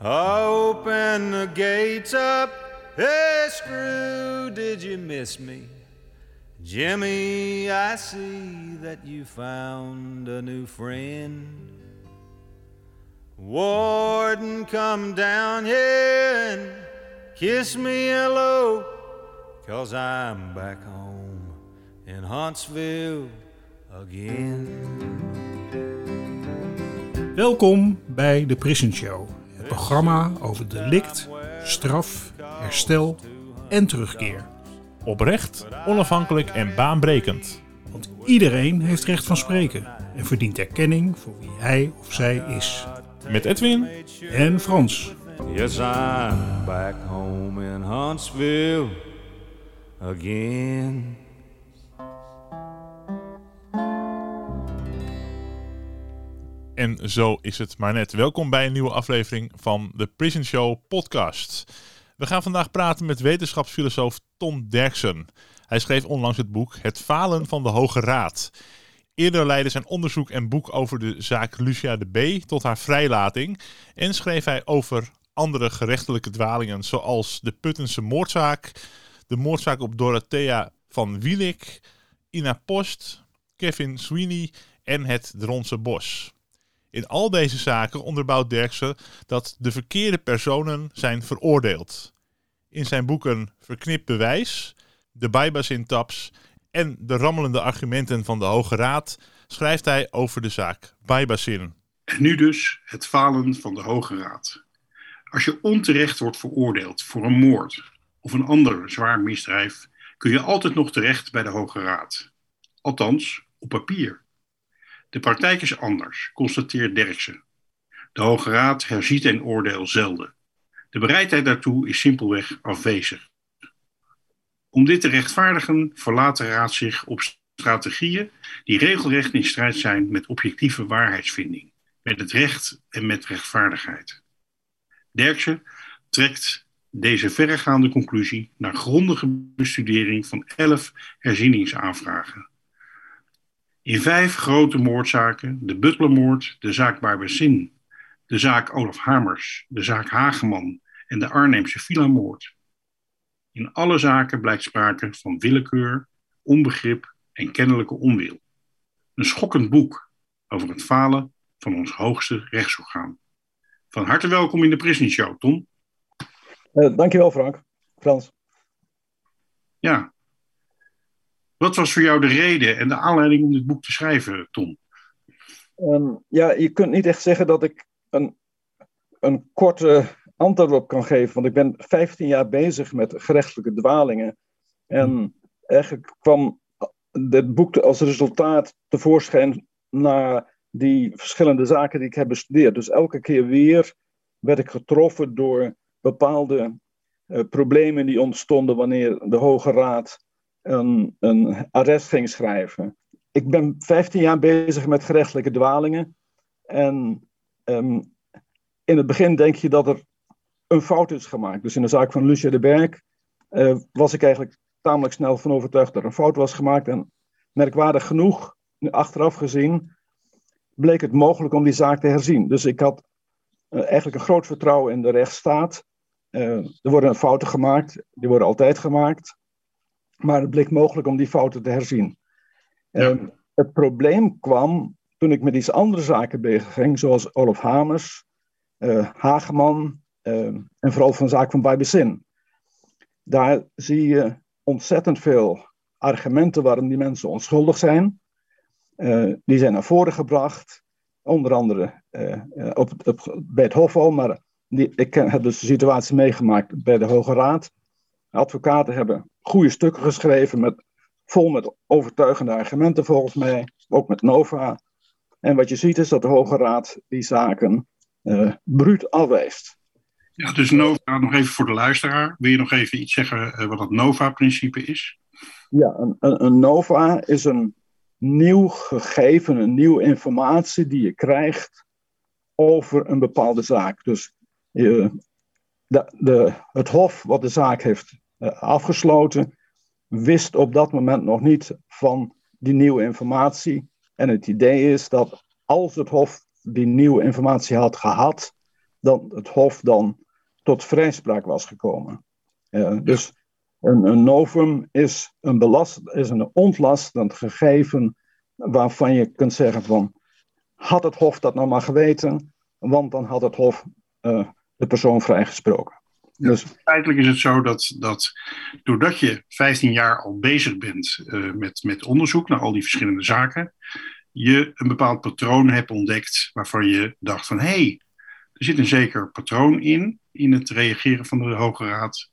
Open the gates up, hey Screw, did you miss me? Jimmy, I see that you found a new friend. Warden, come down here and kiss me hello, 'cause I'm back home in Huntsville again. Welkom bij de Prison Show, het programma over delict, straf, herstel en terugkeer. Oprecht, onafhankelijk en baanbrekend. Want iedereen heeft recht van spreken en verdient erkenning voor wie hij of zij is. Met Edwin en Frans. Yes, I'm back home in Huntsville again. En zo is het maar net. Welkom bij een nieuwe aflevering van de Prison Show podcast. We gaan vandaag praten met wetenschapsfilosoof Ton Derksen. Hij schreef onlangs het boek Het Falen van de Hoge Raad. Eerder leidde zijn onderzoek en boek over de zaak Lucia de B. tot haar vrijlating. En schreef hij over andere gerechtelijke dwalingen zoals de Puttense moordzaak, de moordzaak op Dorothea van Wielijk, Ina Post, Kevin Sweeney en het Dronse Bos. In al deze zaken onderbouwt Derksen dat de verkeerde personen zijn veroordeeld. In zijn boeken Verknipt bewijs, de Bijbazin-taps en de rammelende argumenten van de Hoge Raad schrijft hij over de zaak Bijbazin. En nu dus het falen van de Hoge Raad. Als je onterecht wordt veroordeeld voor een moord of een ander zwaar misdrijf, kun je altijd nog terecht bij de Hoge Raad. Althans, op papier. De praktijk is anders, constateert Derksen. De Hoge Raad herziet een oordeel zelden. De bereidheid daartoe is simpelweg afwezig. Om dit te rechtvaardigen verlaat de Raad zich op strategieën die regelrecht in strijd zijn met objectieve waarheidsvinding, met het recht en met rechtvaardigheid. Derksen trekt deze verregaande conclusie na grondige bestudering van 11 herzieningsaanvragen. In 5 grote moordzaken, de Butlermoord, de zaak Bijbazin, de zaak Olaf Hamers, de zaak Hageman en de Arnhemse Villa-moord. In alle zaken blijkt sprake van willekeur, onbegrip en kennelijke onwil. Een schokkend boek over het falen van ons hoogste rechtsorgaan. Van harte welkom in de Prison Show, Ton. Dankjewel, Frans. Ja. Wat was voor jou de reden en de aanleiding om dit boek te schrijven, Ton? Je kunt niet echt zeggen dat ik een korte antwoord op kan geven. Want ik ben 15 jaar bezig met gerechtelijke dwalingen. En eigenlijk kwam dit boek als resultaat tevoorschijn na die verschillende zaken die ik heb bestudeerd. Dus elke keer weer werd ik getroffen door bepaalde problemen die ontstonden wanneer de Hoge Raad een arrest ging schrijven. Ik ben 15 jaar bezig met gerechtelijke dwalingen. En in het begin denk je dat er een fout is gemaakt. Dus in de zaak van Lucia de Berg was ik eigenlijk tamelijk snel van overtuigd dat er een fout was gemaakt. En merkwaardig genoeg, achteraf gezien, bleek het mogelijk om die zaak te herzien. Dus ik had eigenlijk een groot vertrouwen in de rechtsstaat. Er worden fouten gemaakt, die worden altijd gemaakt. Maar het bleek mogelijk om die fouten te herzien. Ja. Het probleem kwam toen ik met iets andere zaken bezig ging, zoals Olaf Hamers, Hageman en vooral van de zaak van Bijbazin. Daar zie je ontzettend veel argumenten waarom die mensen onschuldig zijn. Die zijn naar voren gebracht, onder andere bij het Hof al, maar ik heb dus de situatie meegemaakt bij de Hoge Raad. Advocaten hebben goede stukken geschreven, vol met overtuigende argumenten volgens mij, ook met Nova. En wat je ziet is dat de Hoge Raad die zaken bruut afwijst. Ja, dus Nova, nog even voor de luisteraar. Wil je nog even iets zeggen wat het Nova-principe is? Ja, een Nova is een nieuw gegeven, een nieuwe informatie die je krijgt over een bepaalde zaak. Dus het Hof wat de zaak heeft afgesloten, wist op dat moment nog niet van die nieuwe informatie. En het idee is dat als het Hof die nieuwe informatie had gehad, dat het Hof dan tot vrijspraak was gekomen. Dus een novum is een ontlastend gegeven waarvan je kunt zeggen van, had het Hof dat nou maar geweten, want dan had het Hof de persoon vrijgesproken. Ja, Dus feitelijk is het zo dat doordat je 15 jaar al bezig bent met onderzoek naar al die verschillende zaken, je een bepaald patroon hebt ontdekt waarvan je dacht van, hé, er zit een zeker patroon in het reageren van de Hoge Raad.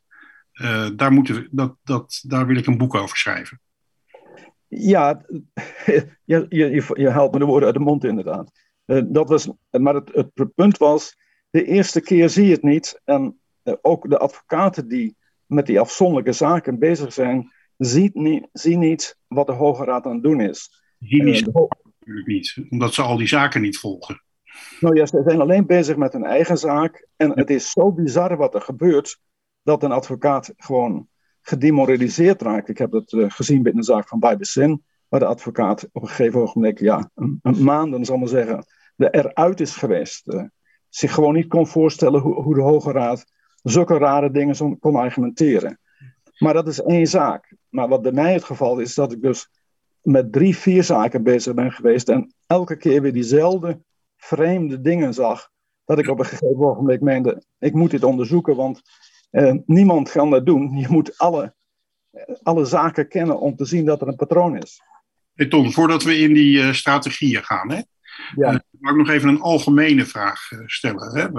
Daar wil ik een boek over schrijven. ja, je haalt me de woorden uit de mond inderdaad. Maar het punt was, de eerste keer zie je het niet. En ook de advocaten die met die afzonderlijke zaken bezig zijn, zien niet wat de Hoge Raad aan het doen is. Natuurlijk niet, omdat ze al die zaken niet volgen. Nou ja, ze zijn alleen bezig met hun eigen zaak. En het is zo bizar wat er gebeurt, dat een advocaat gewoon gedemoraliseerd raakt. Ik heb dat gezien bij de zaak van Bijbezin, waar de advocaat op een gegeven ogenblik, een maanden zal maar zeggen, eruit is geweest. Zich gewoon niet kon voorstellen hoe de Hoge Raad zulke rare dingen kon argumenteren. Maar dat is één zaak. Maar wat bij mij het geval is, dat ik dus met 3-4 zaken bezig ben geweest en elke keer weer diezelfde vreemde dingen zag, dat ik op een gegeven ogenblik meende, ik moet dit onderzoeken, want niemand kan dat doen. Je moet alle zaken kennen om te zien dat er een patroon is. Hey Ton, voordat we in die strategieën gaan, hè, Ja. mag ik nog even een algemene vraag stellen. Hè?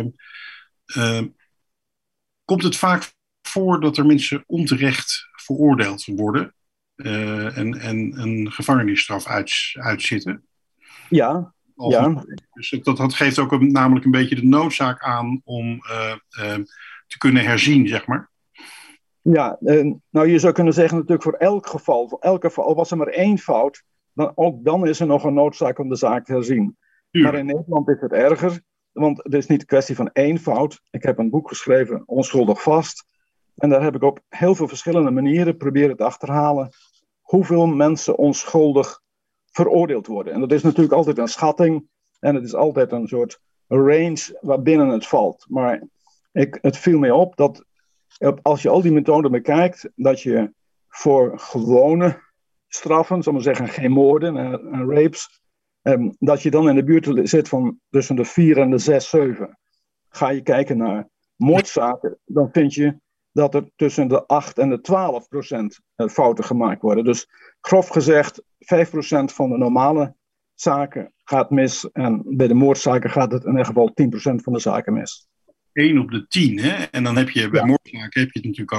Komt het vaak voor dat er mensen onterecht veroordeeld worden en een gevangenisstraf uitzitten? Ja. Dus dat geeft ook namelijk een beetje de noodzaak aan om te kunnen herzien, zeg maar. Ja, nou je zou kunnen zeggen natuurlijk voor elk geval, al was er maar 1 fout, dan is er nog een noodzaak om de zaak te herzien. Tuurlijk. Maar in Nederland is het erger, want het is niet een kwestie van 1 fout. Ik heb een boek geschreven, Onschuldig Vast, en daar heb ik op heel veel verschillende manieren proberen te achterhalen hoeveel mensen onschuldig veroordeeld worden. En dat is natuurlijk altijd een schatting en het is altijd een soort range waarbinnen het valt. Maar het viel mij op dat als je al die methoden bekijkt, dat je voor gewone straffen, zal maar zeggen geen moorden en rapes, dat je dan in de buurt zit van tussen de 4 en de 6, 7. Ga je kijken naar moordzaken, dan vind je dat er tussen de 8 en de 12% fouten gemaakt worden. Dus grof gezegd, 5% van de normale zaken gaat mis en bij de moordzaken gaat het in ieder geval 10% van de zaken mis. 1 op de 10, hè? En dan heb je bij moordzaken heb je het natuurlijk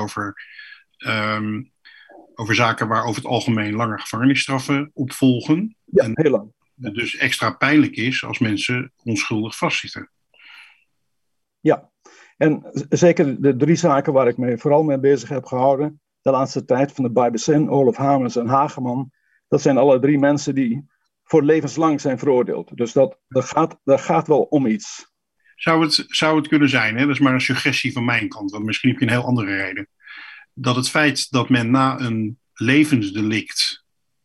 over zaken waar over het algemeen lange gevangenisstraffen op volgen. Ja, en heel lang. Het dus extra pijnlijk is als mensen onschuldig vastzitten. Ja, en zeker de 3 zaken waar ik me vooral mee bezig heb gehouden, de laatste tijd van de Bijbezin, Olof Hamers en Hageman, dat zijn alle 3 mensen die voor levenslang zijn veroordeeld. Dus dat gaat wel om iets. Zou het kunnen zijn, hè? Dat is maar een suggestie van mijn kant, want misschien heb je een heel andere reden. Dat het feit dat men na een levensdelict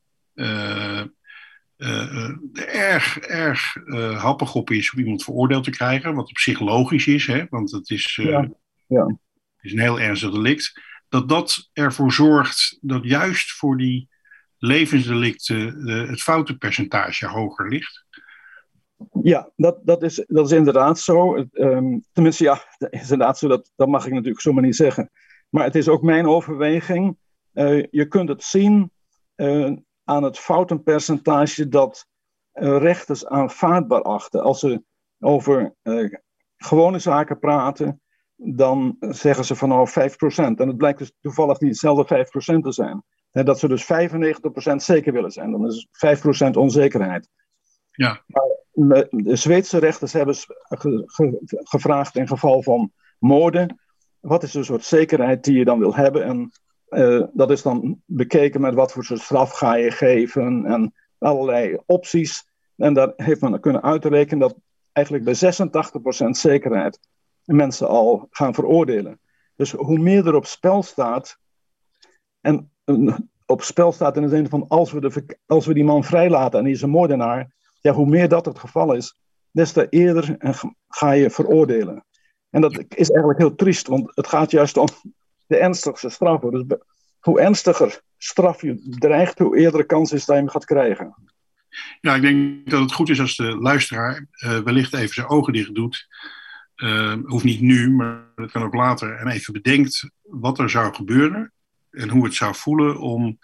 erg happig op is om iemand veroordeeld te krijgen, wat op zich logisch is, hè? Want het is, het is een heel ernstig delict, dat ervoor zorgt dat juist voor die levensdelicten het foutenpercentage hoger ligt. Ja, dat is inderdaad zo. Tenminste, ja, dat is inderdaad zo. Dat mag ik natuurlijk zomaar niet zeggen. Maar het is ook mijn overweging. Je kunt het zien aan het foutenpercentage dat rechters aanvaardbaar achten. Als ze over gewone zaken praten, dan zeggen ze van 5%. En het blijkt dus toevallig niet hetzelfde 5% te zijn. Dat ze dus 95% zeker willen zijn. Dan is 5% onzekerheid. Ja. Maar de Zweedse rechters hebben gevraagd in geval van moorden. Wat is de soort zekerheid die je dan wil hebben? En dat is dan bekeken met wat voor soort straf ga je geven en allerlei opties. En daar heeft men kunnen uitrekenen dat eigenlijk bij 86% zekerheid mensen al gaan veroordelen. Dus hoe meer er op spel staat, en op spel staat in de zin van als we die man vrijlaten en die is een moordenaar, ja, hoe meer dat het geval is, des te eerder ga je veroordelen. En dat is eigenlijk heel triest, want het gaat juist om de ernstigste straffen. Dus hoe ernstiger straf je dreigt, hoe eerder kans is dat je hem gaat krijgen. Ja, ik denk dat het goed is als de luisteraar wellicht even zijn ogen dicht doet. Hoeft niet nu, maar dat kan ook later. En even bedenkt wat er zou gebeuren en hoe het zou voelen om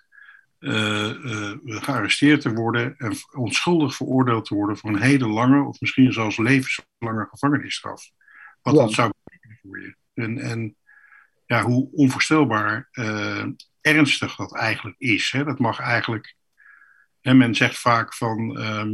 gearresteerd te worden en onschuldig veroordeeld te worden voor een hele lange of misschien zelfs levenslange gevangenisstraf. Wat dat zou betekenen voor je. En ja, hoe onvoorstelbaar ernstig dat eigenlijk is. Hè? Dat mag eigenlijk. En men zegt vaak van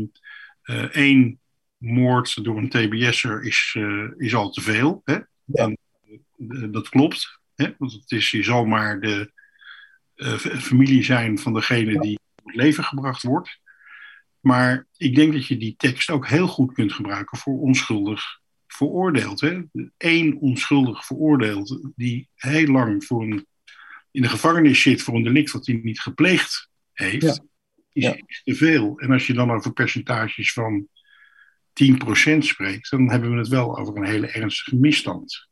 1 moord door een TBS'er is al te veel. Hè? Ja. En dat klopt. Hè? Want je zal maar de familie zijn van degene die om het leven gebracht wordt. Maar ik denk dat je die tekst ook heel goed kunt gebruiken voor onschuldig veroordeeld. Hè? 1 onschuldig veroordeeld die heel lang in de gevangenis zit voor een delict dat hij niet gepleegd heeft, is te veel. En als je dan over percentages van 10% spreekt, dan hebben we het wel over een hele ernstige misstand.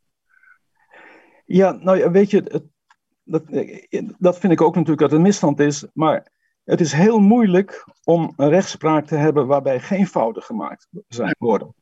Ja, nou ja, weet je, dat vind ik ook natuurlijk dat het een misstand is, maar het is heel moeilijk om een rechtspraak te hebben waarbij geen fouten gemaakt worden.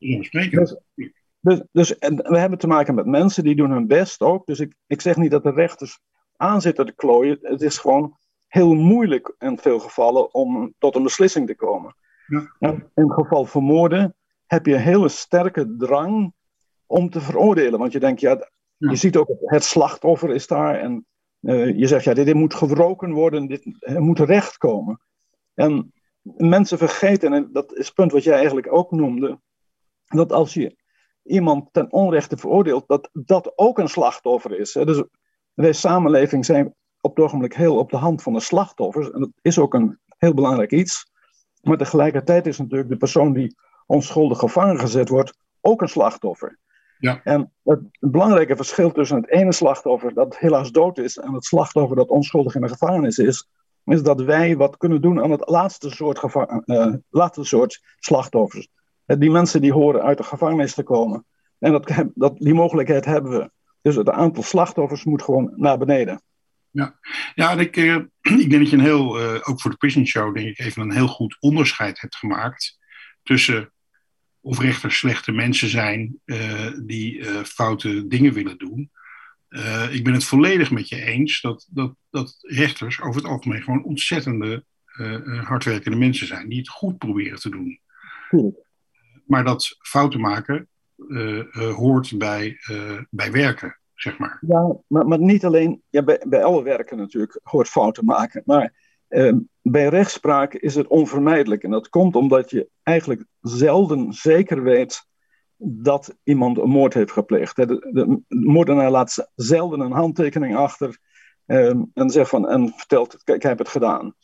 Dus we hebben te maken met mensen die doen hun best ook. Dus ik zeg niet dat de rechters aan zitten te klooien. Het is gewoon heel moeilijk in veel gevallen om tot een beslissing te komen. Ja. En in het geval van moorden heb je een hele sterke drang om te veroordelen. Want je denkt, je ziet ook het slachtoffer is daar. En je zegt, dit moet gewroken worden. Dit moet terecht komen. En mensen vergeten, en dat is het punt wat jij eigenlijk ook noemde, dat als je iemand ten onrechte veroordeelt, dat ook een slachtoffer is. Dus deze samenleving zijn op het ogenblik heel op de hand van de slachtoffers. En dat is ook een heel belangrijk iets. Maar tegelijkertijd is natuurlijk de persoon die onschuldig gevangen gezet wordt ook een slachtoffer. Ja. En het belangrijke verschil tussen het ene slachtoffer dat helaas dood is en het slachtoffer dat onschuldig in de gevangenis is dat wij wat kunnen doen aan het laatste soort slachtoffers. Die mensen die horen uit de gevangenis te komen. En die mogelijkheid hebben we. Dus het aantal slachtoffers moet gewoon naar beneden. Ja, en ik denk dat je ook voor de Prison Show, denk ik, even een heel goed onderscheid hebt gemaakt tussen of rechters slechte mensen zijn die foute dingen willen doen. Ik ben het volledig met je eens dat rechters over het algemeen gewoon ontzettende hardwerkende mensen zijn die het goed proberen te doen. Maar dat fouten maken hoort bij werken, zeg maar. Ja, maar niet alleen, bij alle werken natuurlijk hoort fouten maken, maar bij rechtspraak is het onvermijdelijk. En dat komt omdat je eigenlijk zelden zeker weet dat iemand een moord heeft gepleegd. De moordenaar laat zelden een handtekening achter en zegt en vertelt, ik heb het gedaan.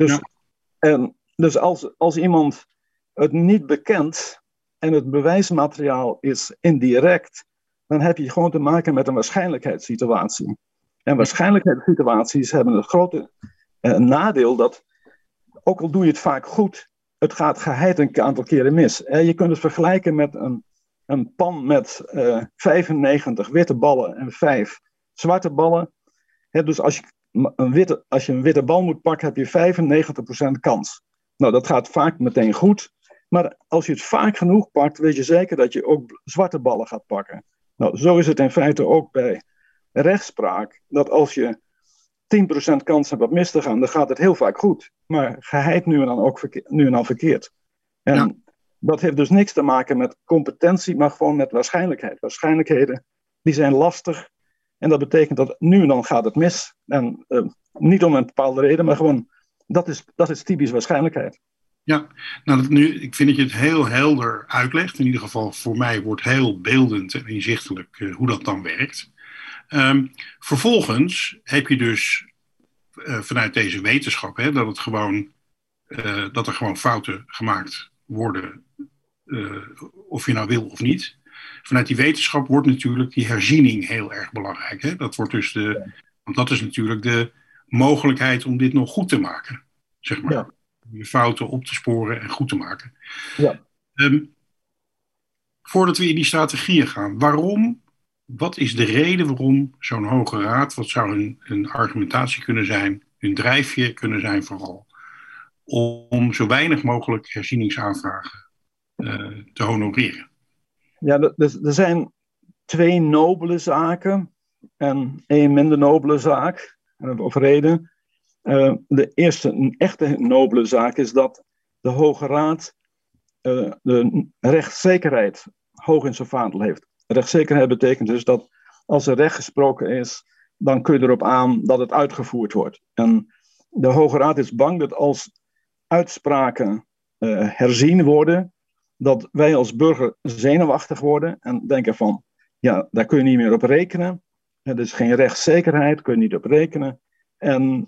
Dus als iemand het niet bekent en het bewijsmateriaal is indirect, dan heb je gewoon te maken met een waarschijnlijkheidssituatie. En waarschijnlijkheidssituaties hebben het grote nadeel dat, ook al doe je het vaak goed, het gaat geheid een aantal keren mis. Je kunt het vergelijken met een pan met 95 witte ballen en 5 zwarte ballen. Dus als je een witte bal moet pakken, heb je 95% kans. Nou, dat gaat vaak meteen goed. Maar als je het vaak genoeg pakt, weet je zeker dat je ook zwarte ballen gaat pakken. Nou, zo is het in feite ook bij rechtspraak. Dat als je 10% kans hebt wat mis te gaan, dan gaat het heel vaak goed. Maar geheid nu en dan verkeerd. En dat heeft dus niks te maken met competentie, maar gewoon met waarschijnlijkheid. Waarschijnlijkheden, die zijn lastig. En dat betekent dat nu en dan gaat het mis. En niet om een bepaalde reden, maar gewoon, dat is typisch waarschijnlijkheid. Ja, ik vind dat je het heel helder uitlegt. In ieder geval voor mij wordt heel beeldend en inzichtelijk hoe dat dan werkt. Vervolgens heb je dus vanuit deze wetenschap dat er gewoon fouten gemaakt worden, of je nou wil of niet. Vanuit die wetenschap wordt natuurlijk die herziening heel erg belangrijk. Hè? Dat wordt dus want dat is natuurlijk de mogelijkheid om dit nog goed te maken, zeg maar. Ja. Je fouten op te sporen en goed te maken. Ja. Voordat we in die strategieën gaan, wat is de reden waarom zo'n Hoge Raad, wat zou een argumentatie kunnen zijn, een drijfveer kunnen zijn vooral, om zo weinig mogelijk herzieningsaanvragen te honoreren? Ja, er zijn 2 nobele zaken en 1 minder nobele zaak, of reden. De eerste, een echte nobele zaak, is dat de Hoge Raad de rechtszekerheid hoog in zijn vaandel heeft. Rechtszekerheid betekent dus dat als er recht gesproken is, dan kun je erop aan dat het uitgevoerd wordt. En de Hoge Raad is bang dat als uitspraken herzien worden, dat wij als burger zenuwachtig worden en denken van, ja, daar kun je niet meer op rekenen. Er is geen rechtszekerheid, kun je niet op rekenen. En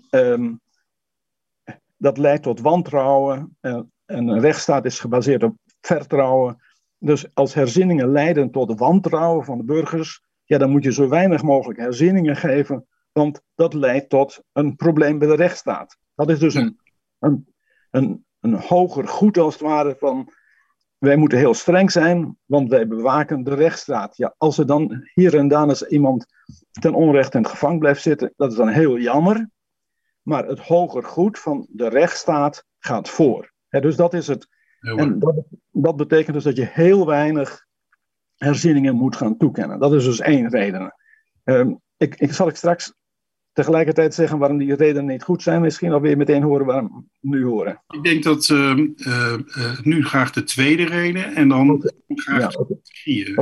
dat leidt tot wantrouwen. En een rechtsstaat is gebaseerd op vertrouwen. Dus als herzieningen leiden tot wantrouwen van de burgers, ja, dan moet je zo weinig mogelijk herzieningen geven, want dat leidt tot een probleem bij de rechtsstaat. Dat is dus een hoger goed als het ware van, wij moeten heel streng zijn, want wij bewaken de rechtsstaat. Ja, als er dan hier en daar eens iemand ten onrechte in het gevangen blijft zitten, dat is dan heel jammer. Maar het hoger goed van de rechtsstaat gaat voor. Dus dat is het. En dat betekent dus dat je heel weinig herzieningen moet gaan toekennen. Dat is dus 1 reden. Ik zal straks tegelijkertijd zeggen waarom die redenen niet goed zijn. Misschien alweer meteen horen waarom we nu horen. Ik denk dat nu graag de tweede reden en dan graag de strategieën.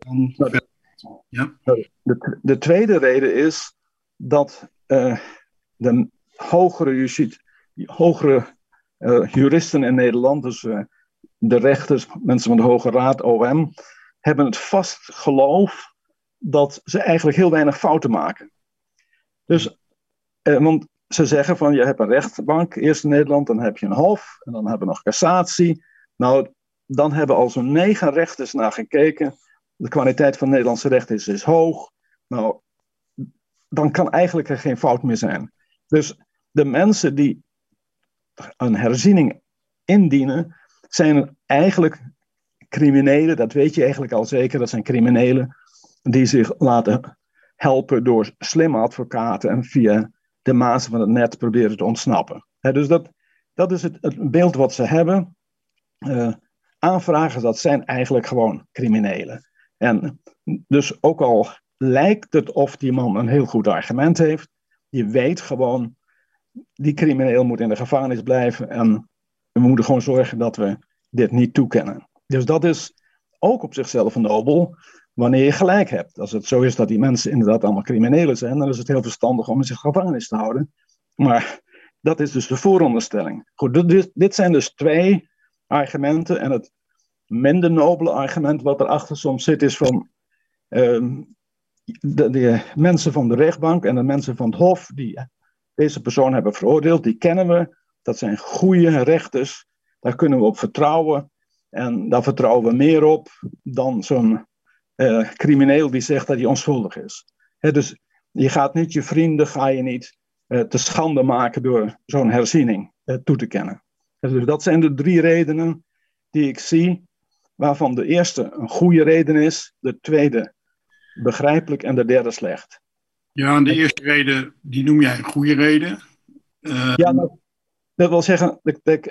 De tweede reden is dat de hogere juristen in Nederland, dus de rechters, mensen van de Hoge Raad, OM, hebben het vast geloof dat ze eigenlijk heel weinig fouten maken. Dus, want ze zeggen van, je hebt een rechtbank, eerst in Nederland, dan heb je een hof, en dan hebben we nog cassatie. Nou, dan hebben al zo'n 9 rechters naar gekeken. De kwaliteit van het Nederlandse recht is hoog. Nou, dan kan eigenlijk er geen fout meer zijn. Dus de mensen die een herziening indienen, zijn eigenlijk criminelen, dat weet je eigenlijk al zeker, dat zijn criminelen die zich laten helpen door slimme advocaten en via de mazen van het net proberen te ontsnappen. Dus dat is het beeld wat ze hebben. Aanvragers, dat zijn eigenlijk gewoon criminelen. En dus ook al lijkt het of die man een heel goed argument heeft, je weet gewoon, die crimineel moet in de gevangenis blijven en we moeten gewoon zorgen dat we dit niet toekennen. Dus dat is ook op zichzelf nobel wanneer je gelijk hebt. Als het zo is dat die mensen inderdaad allemaal criminelen zijn, dan is het heel verstandig om in zich gevangenis te houden. Maar dat is dus de vooronderstelling. Goed, dit zijn dus 2 argumenten. En het minder nobele argument wat erachter soms zit is van de mensen van de rechtbank en de mensen van het hof die deze persoon hebben veroordeeld, die kennen we. Dat zijn goede rechters. Daar kunnen we op vertrouwen. En daar vertrouwen we meer op dan zo'n crimineel die zegt dat hij onschuldig is. Dus je gaat niet je vrienden, ga je niet te schande maken door zo'n herziening toe te kennen. Dus dat zijn de 3 redenen die ik zie, waarvan de eerste een goede reden is, de tweede begrijpelijk en de derde slecht. Ja, en de eerste reden, die noem jij een goede reden. Ja, dat wil zeggen,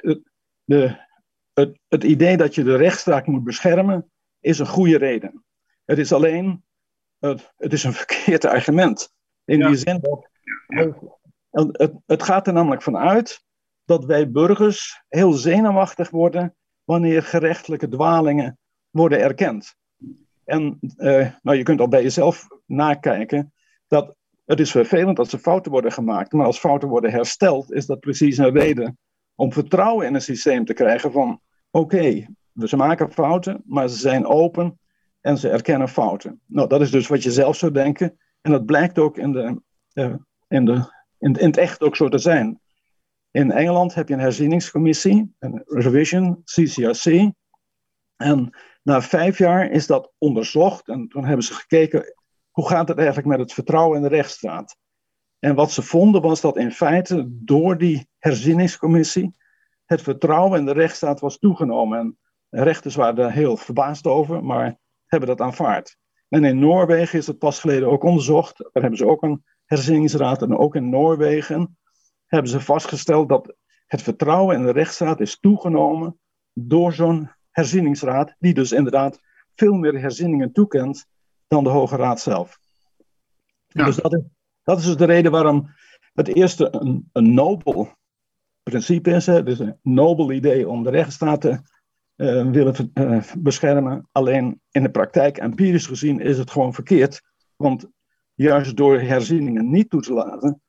het idee dat je de rechtsstaat moet beschermen, is een goede reden. Het is alleen, het is een verkeerd argument. In die zin dat, het gaat er namelijk vanuit dat wij burgers heel zenuwachtig worden wanneer gerechtelijke dwalingen worden erkend. En je kunt al bij jezelf nakijken dat het is vervelend als er fouten worden gemaakt, maar als fouten worden hersteld, is dat precies een reden om vertrouwen in een systeem te krijgen van oké, ze maken fouten, maar ze zijn open en ze erkennen fouten. Nou, dat is dus wat je zelf zou denken en dat blijkt ook in het echt ook zo te zijn. In Engeland heb je een herzieningscommissie, een revision, CCRC. En na 5 jaar is dat onderzocht en toen hebben ze gekeken, hoe gaat het eigenlijk met het vertrouwen in de rechtsstaat? En wat ze vonden was dat in feite door die herzieningscommissie het vertrouwen in de rechtsstaat was toegenomen. En rechters waren daar heel verbaasd over, maar hebben dat aanvaard. En in Noorwegen is het pas geleden ook onderzocht. Daar hebben ze ook een herzinningsraad. En ook in Noorwegen hebben ze vastgesteld dat het vertrouwen in de rechtsstaat is toegenomen door zo'n herzinningsraad, die dus inderdaad veel meer herzinningen toekent dan de Hoge Raad zelf. Ja. Dus dat is dus de reden waarom het eerste een nobel principe is. Hè? Dus een nobel idee om de rechtsstaat te willen beschermen. Alleen in de praktijk, empirisch gezien, is het gewoon verkeerd. Want juist door herzinningen niet toe te laten,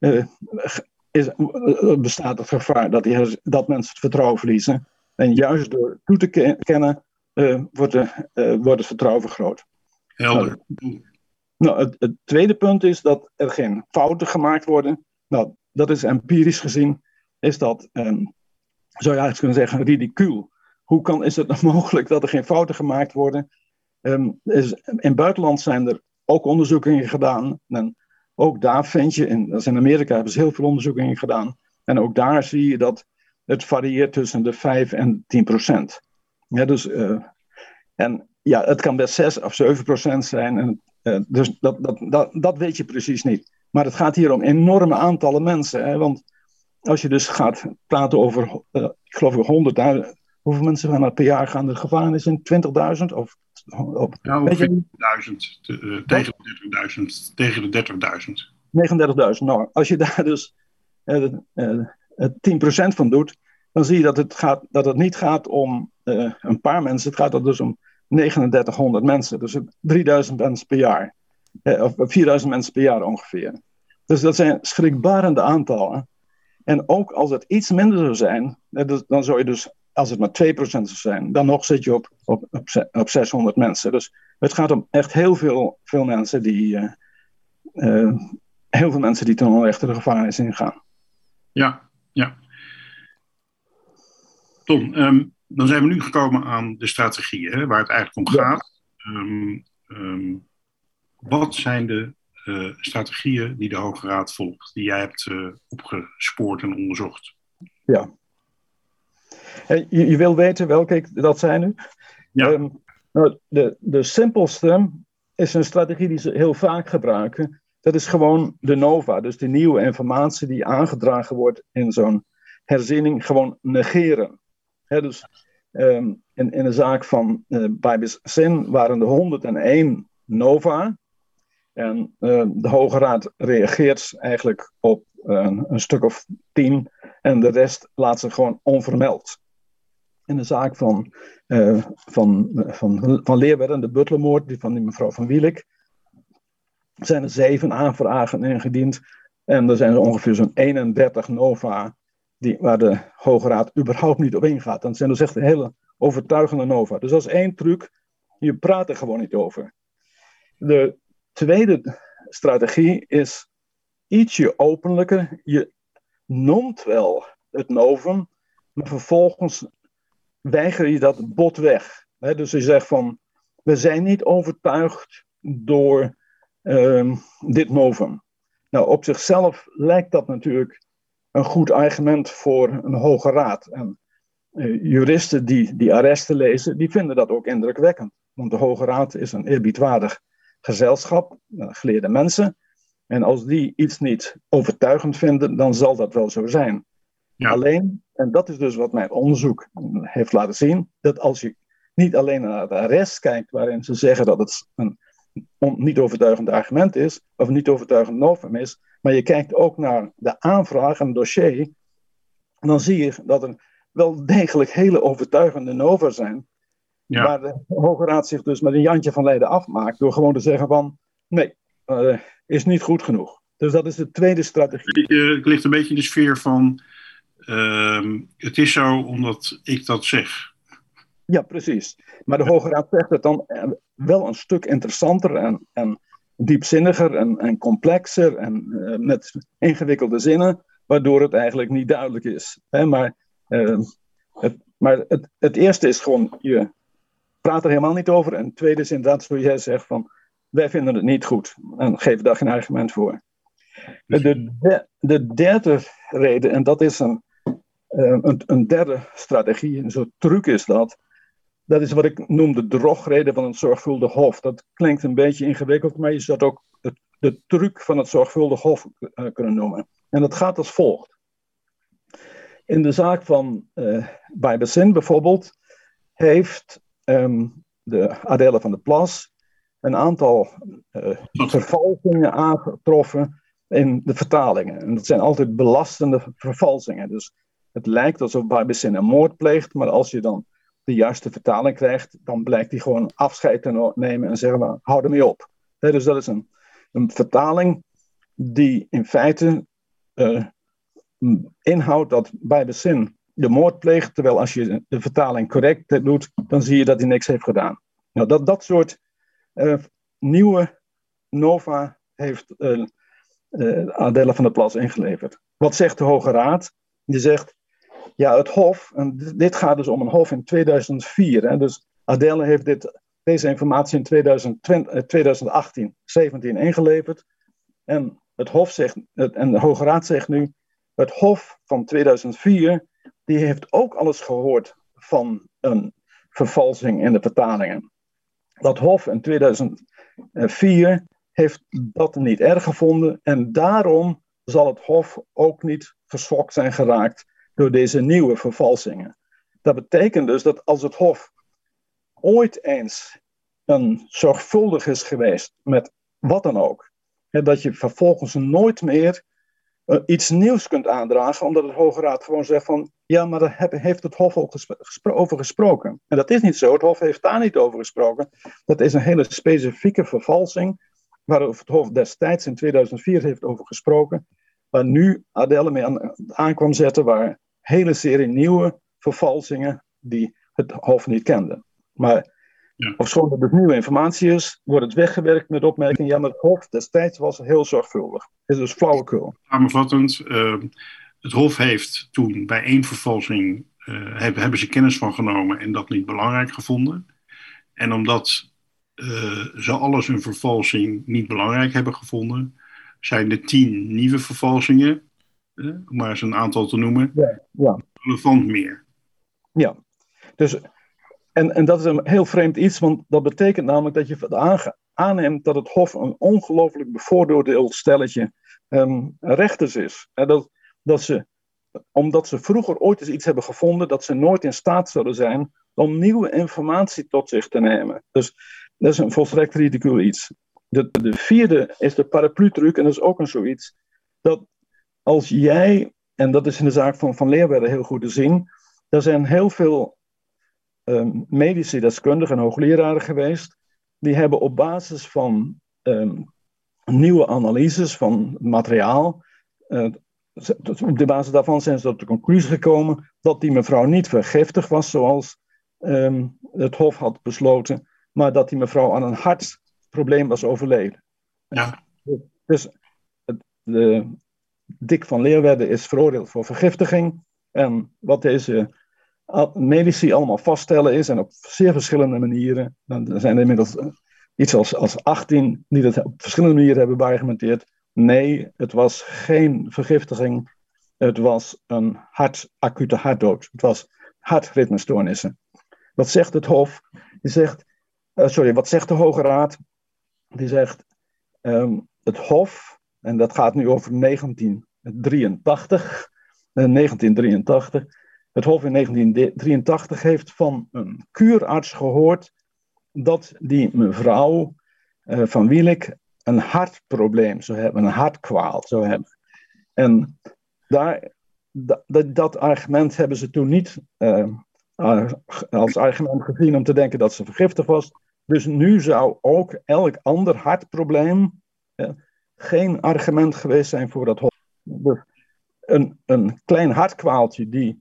bestaat het gevaar dat mensen het vertrouwen verliezen. En juist door toe te kennen, wordt het vertrouwen vergroot. Helder. Het tweede punt is dat er geen fouten gemaakt worden. Nou, dat is empirisch gezien, is dat, zou je eigenlijk kunnen zeggen, ridicuul. Hoe is het nou mogelijk dat er geen fouten gemaakt worden? In het buitenland zijn er ook onderzoeken gedaan. En ook daar vind je, in Amerika hebben ze heel veel onderzoeken gedaan. En ook daar zie je dat het varieert tussen de 5 en 10%. Ja, dus, het kan best 6 of 7% zijn. Dus dat weet je precies niet. Maar het gaat hier om enorme aantallen mensen. Hè? Want als je dus gaat praten over, ik geloof 100.000... Hoeveel mensen gaan er per jaar gaan de gevangenis in? 20.000? Ja, ongeveer 10.000. Tegen de 30.000. 39.000. Nou, als je daar dus 10% van doet, dan zie je dat het niet gaat om een paar mensen. Het gaat dus om 3900 mensen. Dus 3000 mensen per jaar. Of 4000 mensen per jaar ongeveer. Dus dat zijn schrikbarende aantallen. En ook als het iets minder zou zijn, dan zou je dus, als het maar 2% zou zijn, dan nog zit je op 600 mensen. Dus het gaat om echt heel veel mensen die ten onrechte de gevangenis ingaan. Ja. Tom, dan zijn we nu gekomen aan de strategieën, hè, waar het eigenlijk om gaat. Wat zijn de strategieën die de Hoge Raad volgt, die jij hebt opgespoord en onderzocht? Ja. Je wil weten welke dat zijn nu? Ja. De simpelste is een strategie die ze heel vaak gebruiken. Dat is gewoon de nova, dus de nieuwe informatie die aangedragen wordt in zo'n herzinning, gewoon negeren. Dus in de zaak van Bijbels Zin waren er 101 nova. En de Hoge Raad reageert eigenlijk op een stuk of 10 en de rest laat ze gewoon onvermeld. In de zaak van Leeuwarden, de butlermoord, die van die mevrouw van Wielijk, zijn er 7 aanvragen ingediend. En er zijn er ongeveer zo'n 31 nova waar de Hoge Raad überhaupt niet op ingaat. En dat zijn dus echt een hele overtuigende nova. Dus dat is 1 truc, je praat er gewoon niet over. De tweede strategie is ietsje openlijker. Je noemt wel het novum, maar vervolgens weiger je dat botweg. Dus je zegt van, we zijn niet overtuigd door dit novum. Nou, op zichzelf lijkt dat natuurlijk een goed argument voor een Hoge Raad. En juristen die arresten lezen, die vinden dat ook indrukwekkend. Want de Hoge Raad is een eerbiedwaardig gezelschap, geleerde mensen. En als die iets niet overtuigend vinden, dan zal dat wel zo zijn. Ja. Alleen, en dat is dus wat mijn onderzoek heeft laten zien, dat als je niet alleen naar het arrest kijkt, waarin ze zeggen dat het een niet overtuigend argument is, of een niet overtuigend novum is, maar je kijkt ook naar de aanvraag en het dossier, en dan zie je dat er wel degelijk hele overtuigende nova zijn, waar de Hoge Raad zich dus met een Jantje van Leiden afmaakt, door gewoon te zeggen van, nee, is niet goed genoeg. Dus dat is de tweede strategie. Het ligt een beetje in de sfeer van, het is zo omdat ik dat zeg. Ja, precies. Maar de Hoge Raad zegt het dan wel een stuk interessanter en diepzinniger en complexer en met ingewikkelde zinnen, waardoor het eigenlijk niet duidelijk is. Maar het eerste is gewoon, je praat er helemaal niet over. En het tweede is inderdaad, zoals jij zegt, van wij vinden het niet goed en geven daar geen argument voor. De derde reden, en dat is een derde strategie, een soort truc is dat, Dat is wat ik noem de drogreden van het zorgvuldig hof. Dat klinkt een beetje ingewikkeld, maar je zou het ook de truc van het zorgvuldig hof kunnen noemen. En dat gaat als volgt. In de zaak van bij Bessin bijvoorbeeld heeft de Adèle van der Plas een aantal vervalsingen aangetroffen in de vertalingen. En dat zijn altijd belastende vervalsingen. Dus het lijkt alsof bij Bessin een moord pleegt, maar als je dan de juiste vertaling krijgt, dan blijkt hij gewoon afscheid te nemen en zeggen we, hou ermee op. Dus dat is een vertaling die in feite inhoudt dat bij Bessin de moord pleegt, terwijl als je de vertaling correct doet, dan zie je dat hij niks heeft gedaan. Nou, dat soort nieuwe nova heeft Adèle van der Plas ingeleverd. Wat zegt de Hoge Raad? Die zegt, ja, het Hof, en dit gaat dus om een Hof in 2004. Hè, dus Adèle heeft deze informatie in 2018, 17 ingeleverd. En het Hof zegt, en de Hoge Raad zegt nu, het Hof van 2004, die heeft ook alles gehoord van een vervalsing in de vertalingen. Dat Hof in 2004 heeft dat niet erg gevonden en daarom zal het Hof ook niet geschokt zijn geraakt door deze nieuwe vervalsingen. Dat betekent dus dat als het Hof ooit eens zorgvuldig is geweest met wat dan ook, dat je vervolgens nooit meer iets nieuws kunt aandragen, omdat het Hoge Raad gewoon zegt van, ja, maar daar heeft het Hof al over gesproken. En dat is niet zo, het Hof heeft daar niet over gesproken. Dat is een hele specifieke vervalsing, waarover het Hof destijds in 2004 heeft over gesproken, waar nu Adèle mee aan kwam zetten, waar een hele serie nieuwe vervalsingen die het Hof niet kende. Maar ofschoon er dus nieuwe informatie is, wordt het weggewerkt met opmerking, ja, maar het Hof destijds was heel zorgvuldig. Het is dus flauwekul. Samenvattend, het Hof heeft toen bij één vervalsing, hebben ze kennis van genomen en dat niet belangrijk gevonden. En omdat ze alles een vervalsing niet belangrijk hebben gevonden, zijn er 10 nieuwe vervalsingen, om maar eens een aantal te noemen, relevant meer. Ja, dus, en dat is een heel vreemd iets, want dat betekent namelijk dat je aanneemt dat het Hof een ongelooflijk bevoordeeld stelletje rechters is. Dat ze, omdat ze vroeger ooit eens iets hebben gevonden, dat ze nooit in staat zouden zijn om nieuwe informatie tot zich te nemen. Dus dat is een volstrekt ridicule iets. De vierde is de paraplu-truc, en dat is ook een zoiets, dat als jij, en dat is in de zaak van Leerwerde heel goed te zien, er zijn heel veel medische deskundigen en hoogleraren geweest, die hebben op basis van nieuwe analyses van materiaal, op de basis daarvan zijn ze tot de conclusie gekomen dat die mevrouw niet vergiftigd was zoals het Hof had besloten, maar dat die mevrouw aan een hartprobleem was overleden. Ja. Dus Dick van Leerwerde is veroordeeld voor vergiftiging. En wat deze medici allemaal vaststellen is, en op zeer verschillende manieren, dan zijn er inmiddels iets als 18 die dat op verschillende manieren hebben beargumenteerd. Nee, het was geen vergiftiging. Het was een acute hartdood. Het was hartritmestoornissen. Wat zegt het Hof? Wat zegt de Hoge Raad? Die zegt, het Hof, en dat gaat nu over 1983. Het Hof in 1983 heeft van een kuurarts gehoord dat die mevrouw van Wielik een hartprobleem zou hebben, een hartkwaal zou hebben. En dat argument hebben ze toen niet als argument gezien om te denken dat ze vergiftigd was. Dus nu zou ook elk ander hartprobleem geen argument geweest zijn voor dat Hof. Dus een klein hartkwaaltje die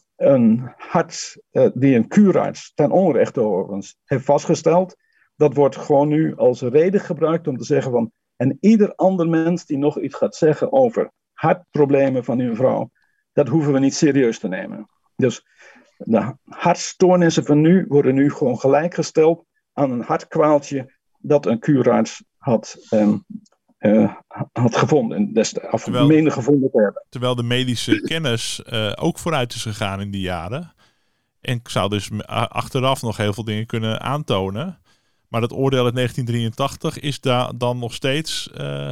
een kuurarts ten onrechte overigens heeft vastgesteld, dat wordt gewoon nu als reden gebruikt om te zeggen van, en ieder ander mens die nog iets gaat zeggen over hartproblemen van uw vrouw, dat hoeven we niet serieus te nemen. Dus de hartstoornissen van nu worden nu gewoon gelijkgesteld aan een hartkwaaltje dat een kuurarts had gevonden, of meende gevonden te hebben. Terwijl de medische kennis ook vooruit is gegaan in die jaren. En ik zou dus achteraf nog heel veel dingen kunnen aantonen. Maar dat oordeel uit 1983 is daar dan nog steeds...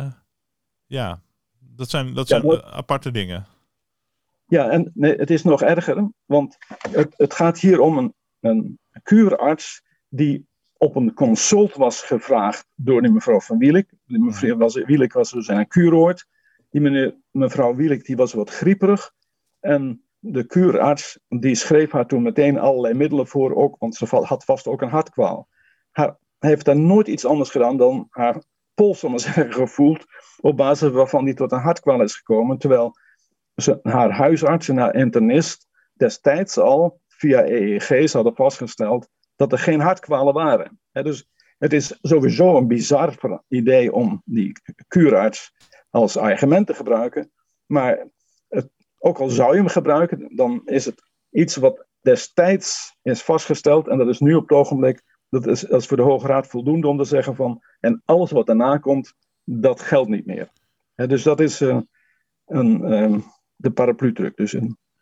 dat zijn aparte dingen. Ja, en nee, het is nog erger. Want het gaat hier om een kuurarts die op een consult was gevraagd door die mevrouw van Wielijk. Die mevrouw Wielijk was dus een kuuroord. Mevrouw Wielijk die was wat grieperig. En de kuurarts die schreef haar toen meteen allerlei middelen voor. Ook, want ze had vast ook een hartkwaal. Hij heeft daar nooit iets anders gedaan dan haar pols, zal maar zeggen, gevoeld. Op basis waarvan die tot een hartkwaal is gekomen. Terwijl haar huisarts en haar internist destijds al via EEG's hadden vastgesteld dat er geen hartkwalen waren. Dus het is sowieso een bizar idee om die kuurarts als argument te gebruiken. Maar ook al zou je hem gebruiken, dan is het iets wat destijds is vastgesteld. En dat is nu op het ogenblik, dat is voor de Hoge Raad voldoende om te zeggen van, en alles wat daarna komt, dat geldt niet meer. Dus dat is de paraplu-truc. Dus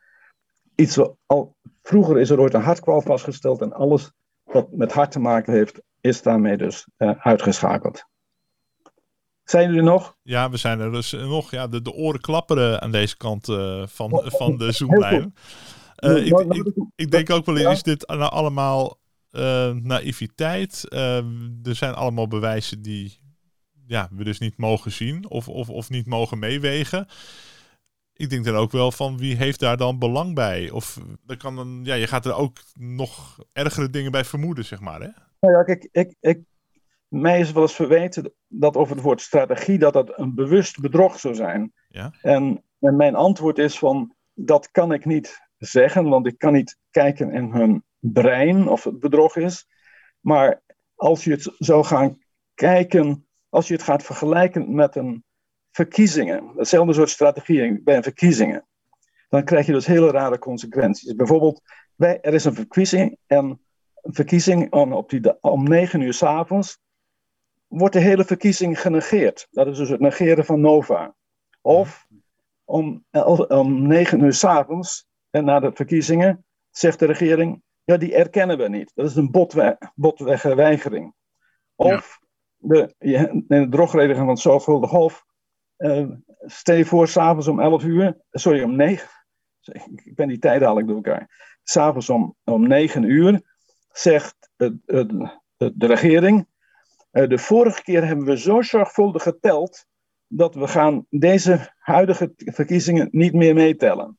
vroeger is er ooit een hartkwaal vastgesteld en alles wat met hart te maken heeft, is daarmee dus uitgeschakeld. Zijn jullie nog? Ja, we zijn er dus nog. Ja, de oren klapperen aan deze kant van de Zoomlijn. Ik denk ook wel eens, is dit nou allemaal naïviteit? Er zijn allemaal bewijzen die we dus niet mogen zien of niet mogen meewegen. Ik denk dan ook wel van wie heeft daar dan belang bij? Of je gaat er ook nog ergere dingen bij vermoeden, zeg maar. Hè? Nou ja, kijk, mij is wel eens verweten dat over het woord strategie dat een bewust bedrog zou zijn. Ja? En mijn antwoord is van, dat kan ik niet zeggen, want ik kan niet kijken in hun brein of het bedrog is. Maar als je het zou gaan kijken, als je het gaat vergelijken met een verkiezingen, hetzelfde soort strategieën bij verkiezingen, dan krijg je dus hele rare consequenties. Bijvoorbeeld, er is een verkiezing om 9 uur 's avonds wordt de hele verkiezing genegeerd. Dat is dus het negeren van Nova. Of om 9 uur 's avonds en na de verkiezingen zegt de regering, ja, die erkennen we niet. Dat is een botwegweigering. Of in de drogreden van het zorgvuldig hof, stel je voor, 's avonds om 11 uur, om 9, ik ben die tijd dadelijk door elkaar. 's Avonds om 9 uur zegt de regering, de vorige keer hebben we zo zorgvuldig geteld dat we gaan deze huidige verkiezingen niet meer meetellen.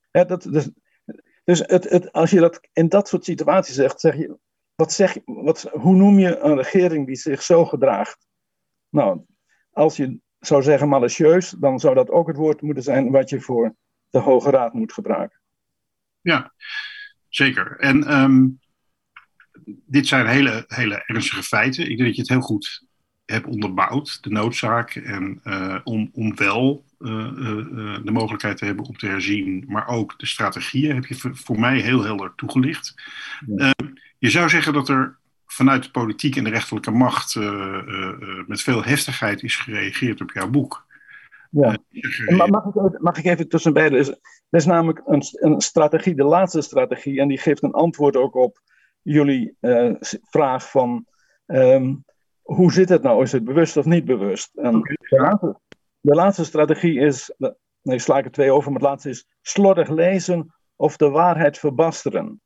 Als je dat in dat soort situaties zegt, zeg je, hoe noem je een regering die zich zo gedraagt? Nou, als je zou zeggen malicieus, dan zou dat ook het woord moeten zijn wat je voor de Hoge Raad moet gebruiken. Ja, zeker. En dit zijn hele, hele ernstige feiten. Ik denk dat je het heel goed hebt onderbouwd, de noodzaak. En om wel de mogelijkheid te hebben om te herzien, maar ook de strategieën heb je voor mij heel helder toegelicht. Ja. Je zou zeggen dat er vanuit de politiek en de rechterlijke macht met veel heftigheid is gereageerd op jouw boek. Ja. Mag ik even tussenbeide? Er is namelijk een strategie, de laatste strategie, en die geeft een antwoord ook op jullie vraag van hoe zit het nou? Is het bewust of niet bewust? En de laatste strategie is, ik sla er 2 over, maar het laatste is slordig lezen of de waarheid verbasteren.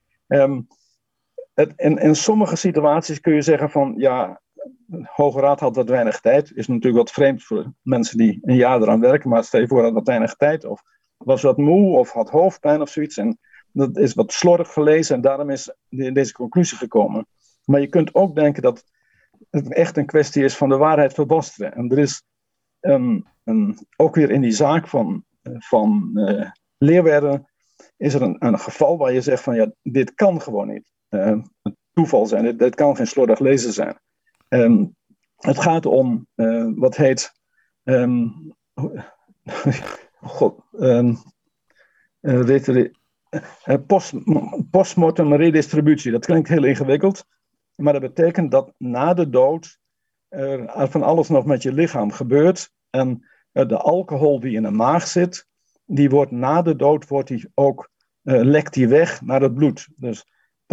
In sommige situaties kun je zeggen van, ja, de Hoge Raad had wat weinig tijd. Is natuurlijk wat vreemd voor mensen die een jaar eraan werken, maar stel je voor dat wat weinig tijd, of was wat moe, of had hoofdpijn of zoiets. En dat is wat slordig gelezen en daarom is deze conclusie gekomen. Maar je kunt ook denken dat het echt een kwestie is van de waarheid verbasteren. En er is ook weer in die zaak van Leeuwarden is er een geval waar je zegt van, ja, dit kan gewoon niet een toeval zijn. Dit kan geen slordig lezen zijn. Het gaat om wat heet postmortem redistributie. Dat klinkt heel ingewikkeld, maar dat betekent dat na de dood er van alles nog met je lichaam gebeurt en de alcohol die in de maag zit, die wordt na de dood ook lekt die weg naar het bloed. Dus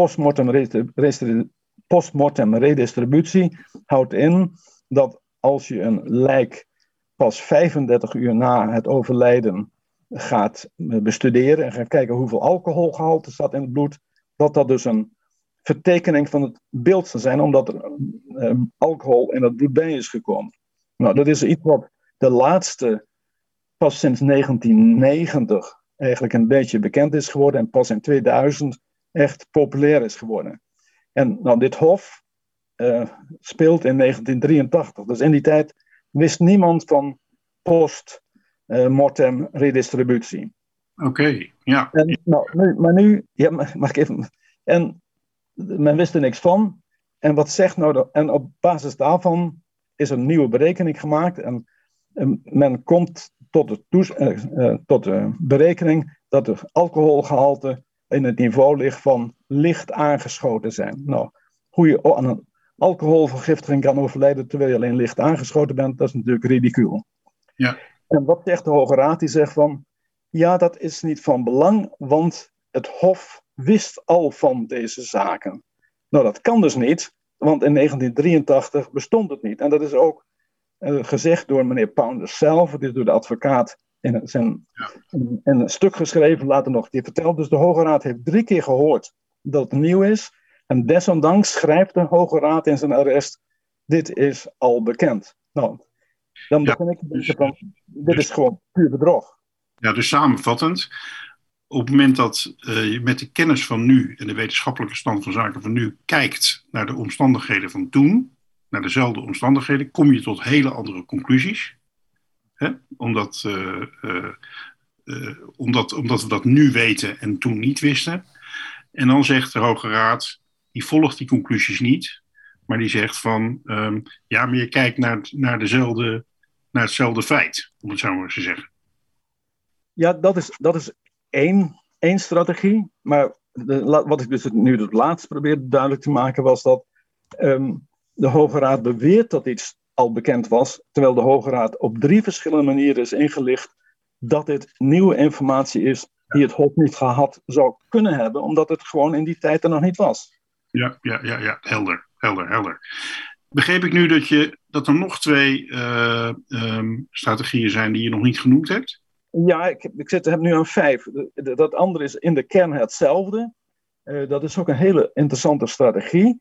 postmortem redistributie houdt in dat als je een lijk pas 35 uur na het overlijden gaat bestuderen en gaat kijken hoeveel alcoholgehalte staat in het bloed, dat dus een vertekening van het beeld zou zijn, omdat er alcohol in het bloed bij is gekomen. Nou, dat is iets wat de laatste, pas sinds 1990 eigenlijk een beetje bekend is geworden en pas in 2000 echt populair is geworden. En nou, dit hof speelt in 1983. Dus in die tijd wist niemand van post-mortem redistributie. Oké, ja. En, maar nu, ja, mag ik even. En men wist er niks van. En wat zegt nou en op basis daarvan is een nieuwe berekening gemaakt. En men komt tot de berekening dat de alcoholgehalte in het niveau ligt van licht aangeschoten zijn. Nou, hoe je aan een alcoholvergiftiging kan overlijden terwijl je alleen licht aangeschoten bent, dat is natuurlijk ridicuul. Ja. En wat zegt de Hoge Raad? Die zegt van, ja, dat is niet van belang, want het Hof wist al van deze zaken. Nou, dat kan dus niet, want in 1983 bestond het niet. En dat is ook gezegd door meneer Pounders zelf, het is door de advocaat in een stuk geschreven, later nog die verteld. Dus de Hoge Raad heeft 3 keer gehoord dat het nieuw is. En desondanks schrijft de Hoge Raad in zijn arrest, dit is al bekend. Nou, dan begin ik te denken van, dit is gewoon puur bedrog. Ja, dus samenvattend, op het moment dat je met de kennis van nu en de wetenschappelijke stand van zaken van nu kijkt naar de omstandigheden van toen, naar dezelfde omstandigheden, kom je tot hele andere conclusies. Omdat we dat nu weten en toen niet wisten. En dan zegt de Hoge Raad, die volgt die conclusies niet, maar die zegt van, maar je kijkt naar hetzelfde feit, om het zo maar eens te zeggen. Ja, dat is één strategie, maar wat ik dus nu het laatst probeerde duidelijk te maken was dat de Hoge Raad beweert dat iets al bekend was, terwijl de Hoge Raad op 3 verschillende manieren is ingelicht dat dit nieuwe informatie is die het Hof niet gehad zou kunnen hebben, omdat het gewoon in die tijd er nog niet was. Ja, helder. Begreep ik nu dat er nog 2 strategieën zijn die je nog niet genoemd hebt? Ja, ik heb nu aan 5. Dat andere is in de kern hetzelfde. Dat is ook een hele interessante strategie.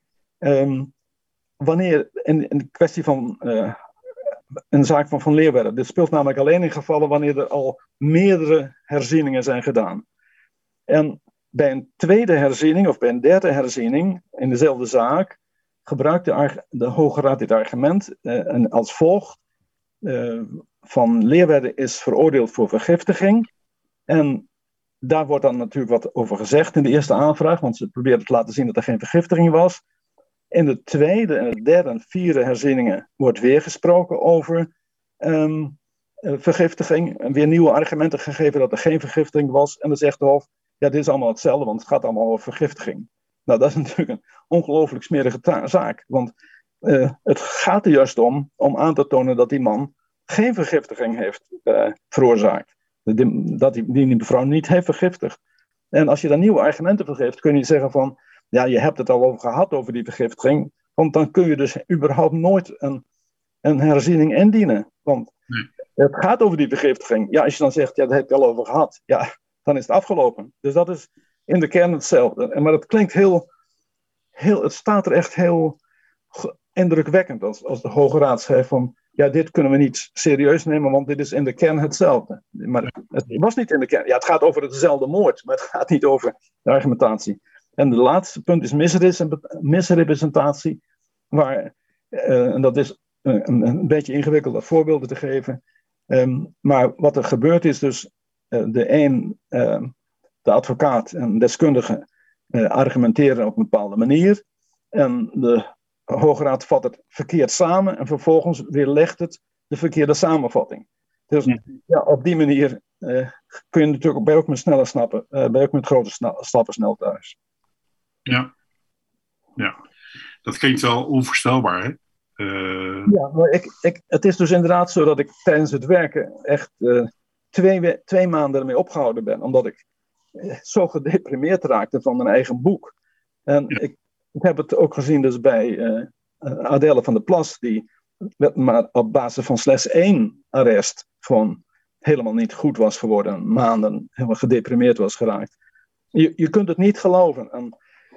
Wanneer in de kwestie van een zaak van Leeuwarden. Dit speelt namelijk alleen in gevallen wanneer er al meerdere herzieningen zijn gedaan. En bij een tweede herziening of bij een derde herziening in dezelfde zaak gebruikt de Hoge Raad dit argument als volgt. Van Leeuwarden is veroordeeld voor vergiftiging. En daar wordt dan natuurlijk wat over gezegd in de eerste aanvraag, want ze probeerden te laten zien dat er geen vergiftiging was. In de tweede en de derde en vierde herzieningen wordt weer gesproken over vergiftiging. En weer nieuwe argumenten gegeven dat er geen vergiftiging was. En dan zegt de Hof, ja, dit is allemaal hetzelfde, want het gaat allemaal over vergiftiging. Nou, dat is natuurlijk een ongelooflijk smerige zaak. Want het gaat er juist om aan te tonen dat die man geen vergiftiging heeft veroorzaakt. Dat die mevrouw niet heeft vergiftigd. En als je daar nieuwe argumenten voor geeft, kun je zeggen van, ja, je hebt het al over gehad over die vergiftiging, want dan kun je dus überhaupt nooit een herziening indienen. Want het gaat over die vergiftiging. Ja, als je dan zegt, ja, daar heb je al over gehad, ja, dan is het afgelopen. Dus dat is in de kern hetzelfde. Maar het klinkt het staat er echt heel indrukwekkend als de Hoge Raad schrijft van, ja, dit kunnen we niet serieus nemen, want dit is in de kern hetzelfde. Maar het was niet in de kern. Ja, het gaat over dezelfde moord, maar het gaat niet over de argumentatie. En de laatste punt is misrepresentatie, en dat is een beetje ingewikkeld om voorbeelden te geven. Maar wat er gebeurt is dus, de advocaat en deskundige argumenteren op een bepaalde manier. En de Hoge Raad vat het verkeerd samen en vervolgens weerlegt het de verkeerde samenvatting. Dus ja, op die manier kun je natuurlijk ook met sneller snappen, ook met grote stappen snel thuis. Ja, dat klinkt wel onvoorstelbaar, hè? Ja, maar het is dus inderdaad zo dat ik tijdens het werken echt 2 maanden ermee opgehouden ben. Omdat ik zo gedeprimeerd raakte van mijn eigen boek. En ik heb het ook gezien dus bij Adele van der Plas, die maar op basis van slechts 1 arrest gewoon helemaal niet goed was geworden, maanden helemaal gedeprimeerd was geraakt. Je kunt het niet geloven. En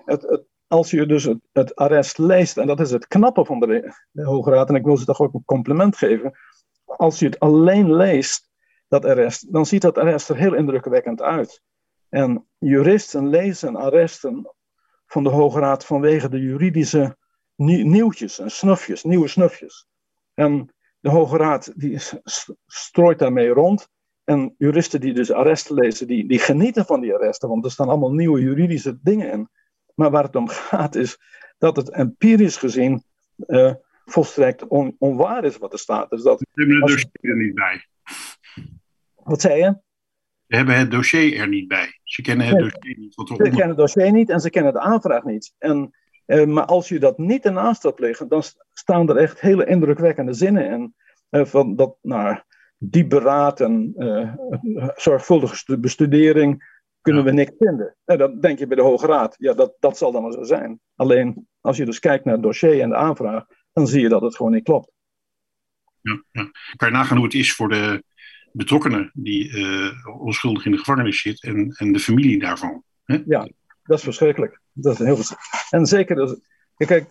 als je dus het arrest leest, en dat is het knappe van de Hoge Raad, en ik wil ze toch ook een compliment geven, als je het alleen leest, dat arrest, dan ziet dat arrest er heel indrukwekkend uit. En juristen lezen arresten van de Hoge Raad vanwege de juridische nieuwtjes en nieuwe snufjes. En de Hoge Raad die strooit daarmee rond. En juristen die dus arresten lezen, die genieten van die arresten, want er staan allemaal nieuwe juridische dingen in. Maar waar het om gaat is dat het empirisch gezien volstrekt onwaar is wat er staat. Dus dat, we hebben het dossier er niet bij. Wat zei je? We hebben het dossier er niet bij. Ze kennen het dossier niet. Ze kennen het dossier niet en ze kennen de aanvraag niet. Maar als je dat niet ernaast hebt liggen, dan staan er echt hele indrukwekkende zinnen in. Van dat, diep beraad en zorgvuldige bestudering kunnen we niks vinden. Dat denk je bij de Hoge Raad. Ja, dat zal dan wel zo zijn. Alleen als je dus kijkt naar het dossier en de aanvraag, dan zie je dat het gewoon niet klopt. Ja. Kan je nagaan hoe het is voor de betrokkenen die onschuldig in de gevangenis zit en de familie daarvan. Hè? Ja, dat is verschrikkelijk. Dat is heel verschrikkelijk. En zeker, dus, kijk,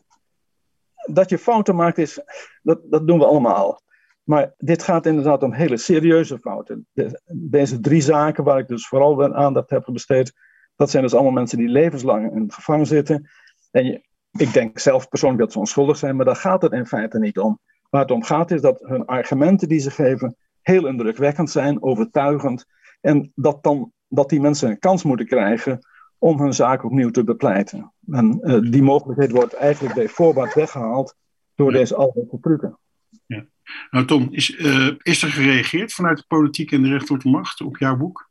dat je fouten maakt, dat doen we allemaal. Maar dit gaat inderdaad om hele serieuze fouten. Deze 3 zaken waar ik dus vooral aandacht heb besteed, dat zijn dus allemaal mensen die levenslang in de gevangen zitten. En ik denk zelf persoonlijk dat ze onschuldig zijn, maar daar gaat het in feite niet om. Waar het om gaat is dat hun argumenten die ze geven heel indrukwekkend zijn, overtuigend. En dat die mensen een kans moeten krijgen om hun zaak opnieuw te bepleiten. En die mogelijkheid wordt eigenlijk bij voorbaat weggehaald door deze allerlei trucken. Ja. Nou Tom, is er gereageerd vanuit de politiek en de rechterlijke macht op jouw boek?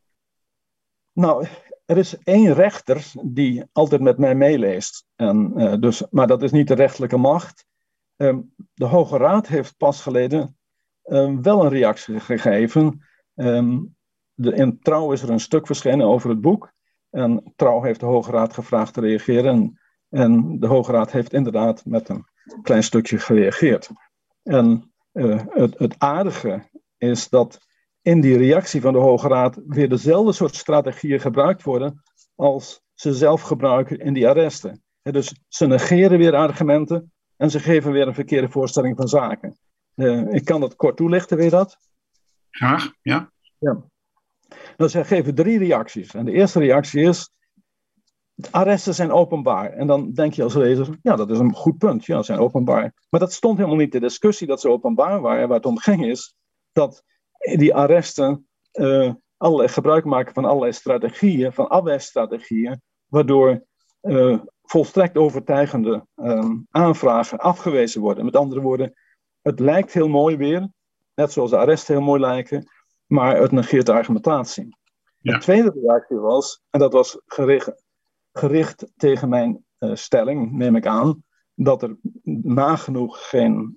Nou, er is 1 rechter die altijd met mij meeleest. Maar dat is niet de rechterlijke macht. De Hoge Raad heeft pas geleden wel een reactie gegeven. In Trouw is er een stuk verschenen over het boek. En Trouw heeft de Hoge Raad gevraagd te reageren. En de Hoge Raad heeft inderdaad met een klein stukje gereageerd. En het aardige is dat in die reactie van de Hoge Raad weer dezelfde soort strategieën gebruikt worden als ze zelf gebruiken in die arresten. Dus ze negeren weer argumenten en ze geven weer een verkeerde voorstelling van zaken. Ik kan dat kort toelichten, weet je dat? Graag, ja. Nou, ze geven 3 reacties. En de eerste reactie is, de arresten zijn openbaar. En dan denk je als lezer, ja, dat is een goed punt. Ja, ze zijn openbaar. Maar dat stond helemaal niet in de discussie dat ze openbaar waren. Waar het om ging is dat die arresten allerlei gebruik maken van allerlei strategieën, van afwijsstrategieën, waardoor volstrekt overtuigende aanvragen afgewezen worden. Met andere woorden, het lijkt heel mooi weer, net zoals de arresten heel mooi lijken, maar het negeert de argumentatie. Ja. De tweede reactie was, en dat was gericht tegen mijn stelling, neem ik aan, dat er nagenoeg geen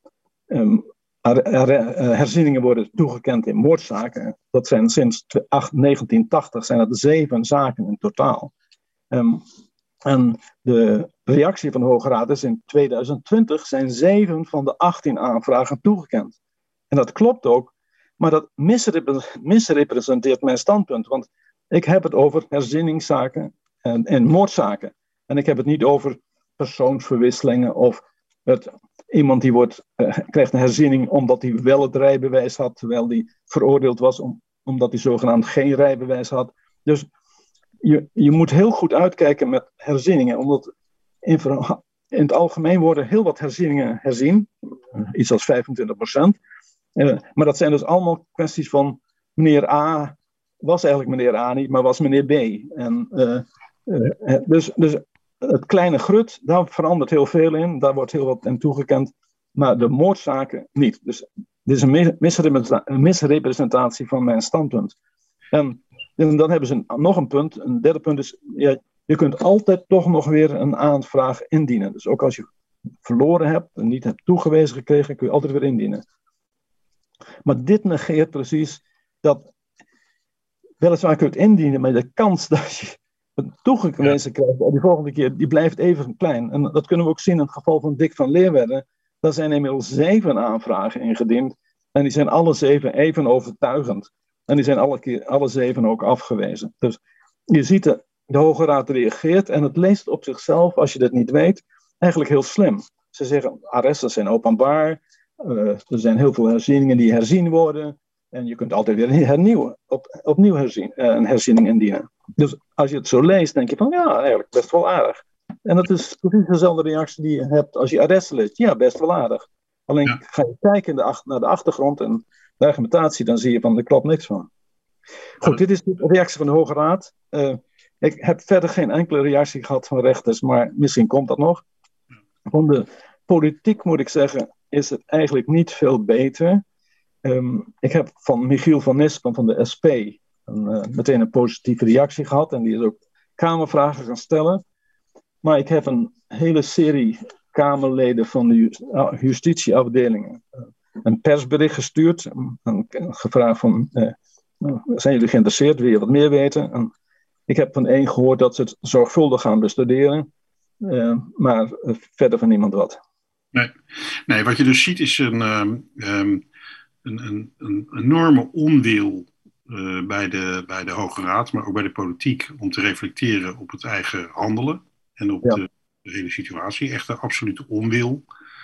herzieningen worden toegekend in moordzaken. Dat zijn sinds 1980 zijn het 7 zaken in totaal. En de reactie van de Hoge Raad is in 2020 zijn 7 van de 18 aanvragen toegekend. En dat klopt ook, maar dat misrepresenteert mijn standpunt. Want ik heb het over herzieningszaken en moordzaken. En ik heb het niet over persoonsverwisselingen of iemand die krijgt een herziening omdat hij wel het rijbewijs had, terwijl hij veroordeeld was omdat hij zogenaamd geen rijbewijs had. Dus je moet heel goed uitkijken met herzieningen, omdat in het algemeen worden heel wat herzieningen herzien, iets als 25%. Maar dat zijn dus allemaal kwesties van meneer A was eigenlijk meneer A niet, maar was meneer B. En, dus het kleine grut, daar verandert heel veel in, daar wordt heel wat in toegekend, maar de moordzaken niet. Dus dit is een misrepresentatie van mijn standpunt. En dan hebben ze nog een punt, een derde punt is, je kunt altijd toch nog weer een aanvraag indienen. Dus ook als je verloren hebt en niet hebt toegewezen gekregen, kun je altijd weer indienen. Maar dit negeert precies dat weliswaar kunt indienen, maar de kans dat je het toegewezen krijgt die volgende keer, die blijft even klein. En dat kunnen we ook zien in het geval van Dick van Leeuwarden. Daar zijn inmiddels 7 aanvragen ingediend. En die zijn alle 7 even overtuigend. En die zijn alle 7 ook afgewezen. Dus je ziet de Hoge Raad reageert en het leest op zichzelf, als je dat niet weet, eigenlijk heel slim. Ze zeggen, arresten zijn openbaar. Er zijn heel veel herzieningen die herzien worden. En je kunt altijd weer opnieuw een herziening indienen. Dus als je het zo leest, denk je van ja, eigenlijk best wel aardig. En dat is precies dezelfde reactie die je hebt als je arresten leest. Ja, best wel aardig. Alleen ga je kijken naar de achtergrond en de argumentatie, dan zie je van er klopt niks van. Goed, dit is de reactie van de Hoge Raad. Ik heb verder geen enkele reactie gehad van rechters, maar misschien komt dat nog. Van de politiek moet ik zeggen, is het eigenlijk niet veel beter. Ik heb van Michiel van Nispen van de SP meteen een positieve reactie gehad. En die is ook Kamervragen gaan stellen. Maar ik heb een hele serie Kamerleden van de justitieafdelingen een persbericht gestuurd. Gevraagd van, zijn jullie geïnteresseerd? Wil je wat meer weten? En ik heb van één gehoord dat ze het zorgvuldig gaan bestuderen. Maar verder van niemand wat. Nee, wat je dus ziet is een enorme onwil bij de Hoge Raad, maar ook bij de politiek, om te reflecteren op het eigen handelen en op de hele situatie. Echt een absolute onwil.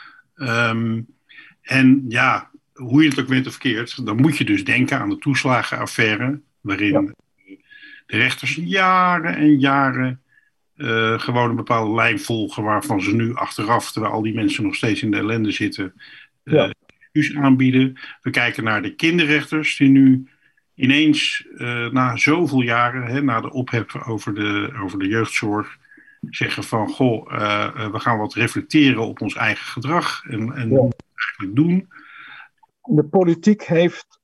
En ja, hoe je het ook bent of verkeerd, dan moet je dus denken aan de toeslagenaffaire, waarin de rechters jaren en jaren gewoon een bepaalde lijn volgen, waarvan ze nu achteraf, terwijl al die mensen nog steeds in de ellende zitten, excuus aanbieden. We kijken naar de kinderrechters die nu ineens na zoveel jaren, na de ophef over de jeugdzorg, zeggen van goh, we gaan wat reflecteren op ons eigen gedrag en hoe we het eigenlijk doen. De politiek heeft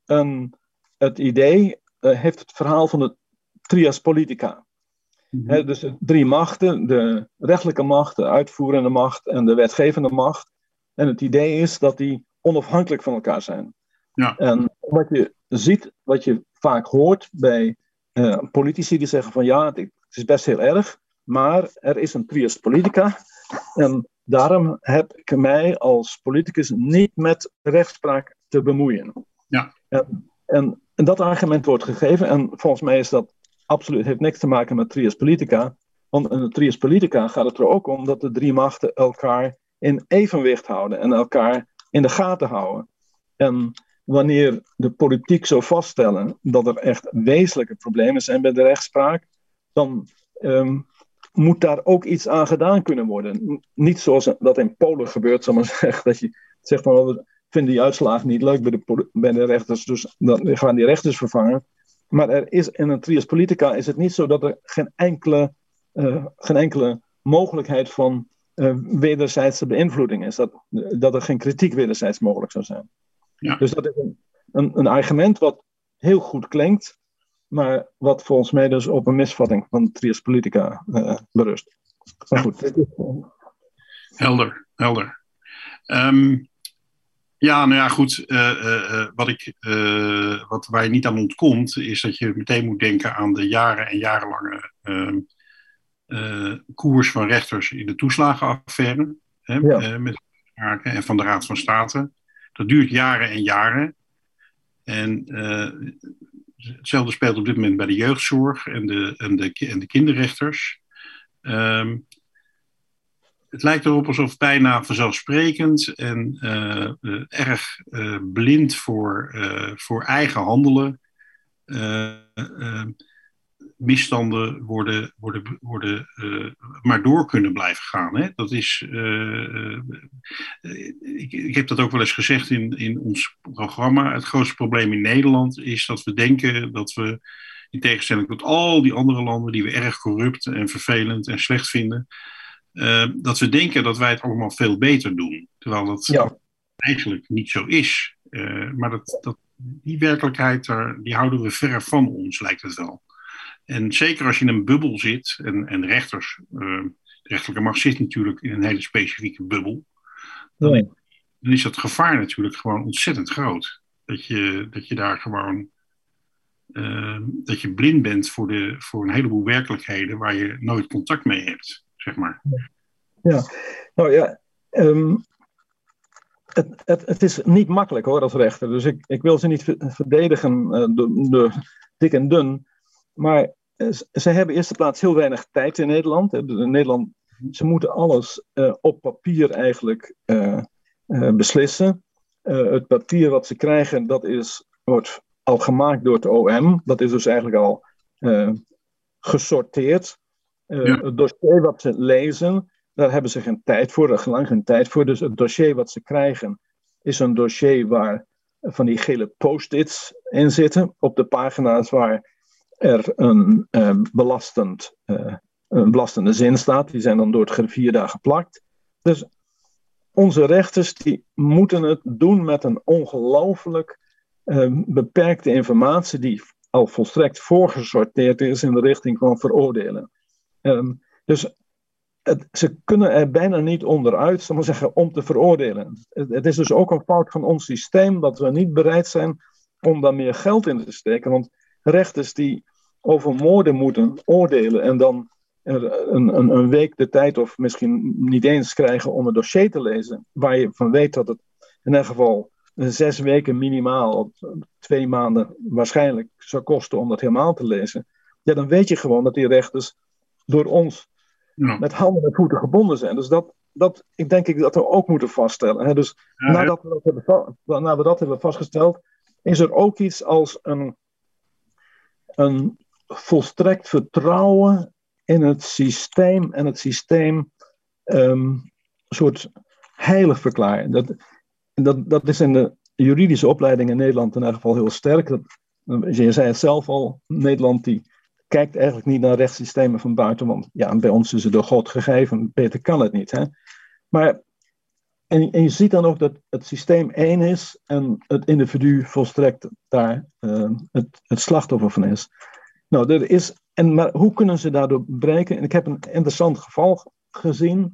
heeft het verhaal van de trias politica. Dus de 3 machten, de rechtelijke macht, de uitvoerende macht en de wetgevende macht. En het idee is dat die onafhankelijk van elkaar zijn. Ja. En wat je ziet, wat je vaak hoort bij politici die zeggen van ja, het is best heel erg, maar er is een trias politica. En daarom heb ik mij als politicus niet met rechtspraak te bemoeien. Ja. En dat argument wordt gegeven en volgens mij is dat absoluut, heeft niks te maken met trias politica. Want in de trias politica gaat het er ook om dat de 3 machten elkaar in evenwicht houden en elkaar in de gaten houden. En wanneer de politiek zou vaststellen dat er echt wezenlijke problemen zijn bij de rechtspraak, dan moet daar ook iets aan gedaan kunnen worden. Niet zoals dat in Polen gebeurt, zal maar zeggen, dat je zegt van we vinden die uitslagen niet leuk bij de rechters, dus dan gaan die rechters vervangen. Maar er is in een trias politica is het niet zo dat er geen enkele mogelijkheid van wederzijdse beïnvloeding is. Dat er geen kritiek wederzijds mogelijk zou zijn. Ja. Dus dat is een argument wat heel goed klinkt, maar wat volgens mij dus op een misvatting van trias politica berust. Maar goed, dit is... Helder. Ja, nou ja, goed. Waar je niet aan ontkomt, is dat je meteen moet denken aan de jaren en jarenlange koers van rechters in de toeslagenaffaire. Met en van de Raad van State. Dat duurt jaren en jaren. En hetzelfde speelt op dit moment bij de jeugdzorg en de kinderrechters. Het lijkt erop alsof bijna vanzelfsprekend en erg blind voor eigen handelen misstanden worden maar door kunnen blijven gaan. Hè? Dat is, ik heb dat ook wel eens gezegd in ons programma. Het grootste probleem in Nederland is dat we denken dat we, in tegenstelling tot al die andere landen die we erg corrupt en vervelend en slecht vinden, dat we denken dat wij het allemaal veel beter doen. Terwijl dat eigenlijk niet zo is. Maar die werkelijkheid, die houden we ver van ons, lijkt het wel. En zeker als je in een bubbel zit, en rechters, de rechterlijke macht zit natuurlijk in een hele specifieke bubbel, dan is dat gevaar natuurlijk gewoon ontzettend groot. Dat je daar gewoon dat je blind bent voor een heleboel werkelijkheden waar je nooit contact mee hebt, zeg maar. Ja, nou ja, het is niet makkelijk hoor als rechter. Dus ik wil ze niet verdedigen door dik en dun. Maar ze hebben eerst de plaats heel weinig tijd in Nederland. In Nederland, ze moeten alles op papier eigenlijk beslissen. Het papier wat ze krijgen, wordt al gemaakt door het OM. Dat is dus eigenlijk al gesorteerd. Het dossier wat ze lezen, daar hebben ze geen tijd voor, lang geen tijd voor. Dus het dossier wat ze krijgen is een dossier waar van die gele post-its in zitten. Op de pagina's waar er een belastende zin staat. Die zijn dan door het griffier daar geplakt. Dus onze rechters die moeten het doen met een ongelooflijk beperkte informatie die al volstrekt voorgesorteerd is in de richting van veroordelen. Dus ze kunnen er bijna niet onderuit, zal maar zeggen, om te veroordelen. Het is dus ook een fout van ons systeem dat we niet bereid zijn om daar meer geld in te steken. Want rechters die over moorden moeten oordelen en dan een week de tijd of misschien niet eens krijgen om een dossier te lezen, waar je van weet dat het in ieder geval 6 weken minimaal, 2 maanden waarschijnlijk zou kosten om dat helemaal te lezen. Ja, dan weet je gewoon dat die rechters door ons met handen en voeten gebonden zijn. Dus dat ik denk dat we ook moeten vaststellen. Hè? Dus nadat we dat hebben vastgesteld, is er ook iets als een volstrekt vertrouwen in het systeem en het systeem een soort heilig verklaren. Dat is in de juridische opleiding in Nederland in ieder geval heel sterk. Je zei het zelf al, Nederland die kijkt eigenlijk niet naar rechtssystemen van buiten, want ja, bij ons is het door God gegeven, beter kan het niet. Hè? Maar, en je ziet dan ook dat het systeem één is en het individu volstrekt daar het slachtoffer van is. Nou, maar hoe kunnen ze daardoor breken? En ik heb een interessant geval gezien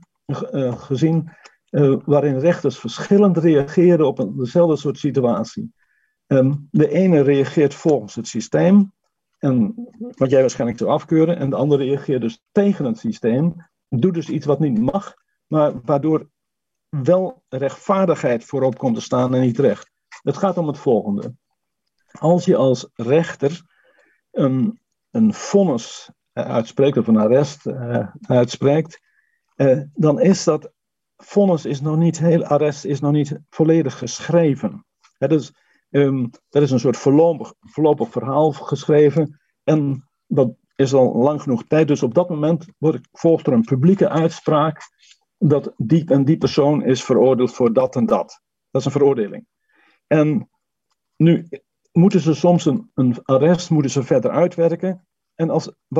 waarin rechters verschillend reageren op dezelfde soort situatie. De ene reageert volgens het systeem, en wat jij waarschijnlijk zou afkeuren, en de andere reageert dus tegen het systeem, doet dus iets wat niet mag, maar waardoor wel rechtvaardigheid voorop komt te staan en niet recht. Het gaat om het volgende. Als je als rechter een vonnis uitspreekt, of een arrest uitspreekt, dan is dat vonnis arrest is nog niet volledig geschreven. Dus er is een soort voorlopig verhaal geschreven en dat is al lang genoeg tijd. Dus op dat moment volgt er een publieke uitspraak dat die en die persoon is veroordeeld voor dat en dat. Dat is een veroordeling. En nu moeten ze soms een arrest verder uitwerken. En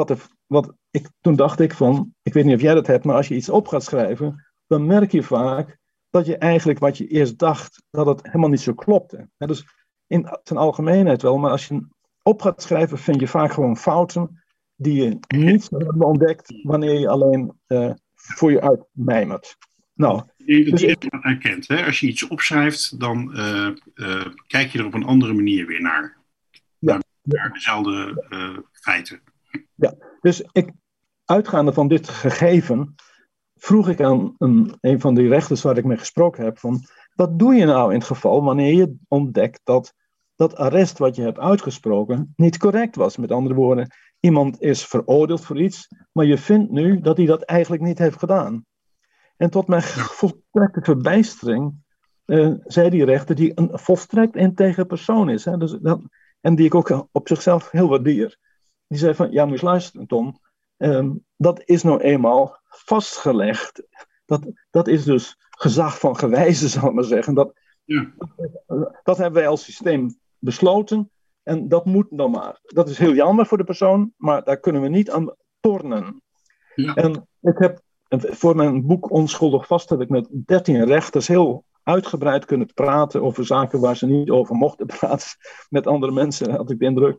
toen dacht ik van, ik weet niet of jij dat hebt, maar als je iets op gaat schrijven, dan merk je vaak dat je eigenlijk wat je eerst dacht, dat het helemaal niet zo klopte. Dus in zijn algemeenheid wel, maar als je op gaat schrijven, vind je vaak gewoon fouten die je niet hebt ontdekt wanneer je alleen voor je uitmijmert. Nou, dat je het herkent. Hè? Als je iets opschrijft, dan kijk je er op een andere manier weer naar. Ja. Naar dezelfde feiten. Ja, dus uitgaande van dit gegeven, vroeg ik aan een van die rechters waar ik mee gesproken heb, van wat doe je nou in het geval wanneer je ontdekt dat arrest wat je hebt uitgesproken niet correct was? Met andere woorden, iemand is veroordeeld voor iets, maar je vindt nu dat hij dat eigenlijk niet heeft gedaan. En tot mijn volstrekte verbijstering zei die rechter, die een volstrekt integer persoon is, hè, en die ik ook op zichzelf heel waardeer. Die zei van, ja, moet je luisteren, Tom, dat is nou eenmaal vastgelegd. Dat is dus gezag van gewijzen, zal ik maar zeggen. Dat hebben wij als systeem besloten en dat moet nou maar. Dat is heel jammer voor de persoon, maar daar kunnen we niet aan tornen. Ja. En ik heb voor mijn boek Onschuldig Vast heb ik met 13 rechters heel uitgebreid kunnen praten over zaken waar ze niet over mochten praten met andere mensen, had ik de indruk.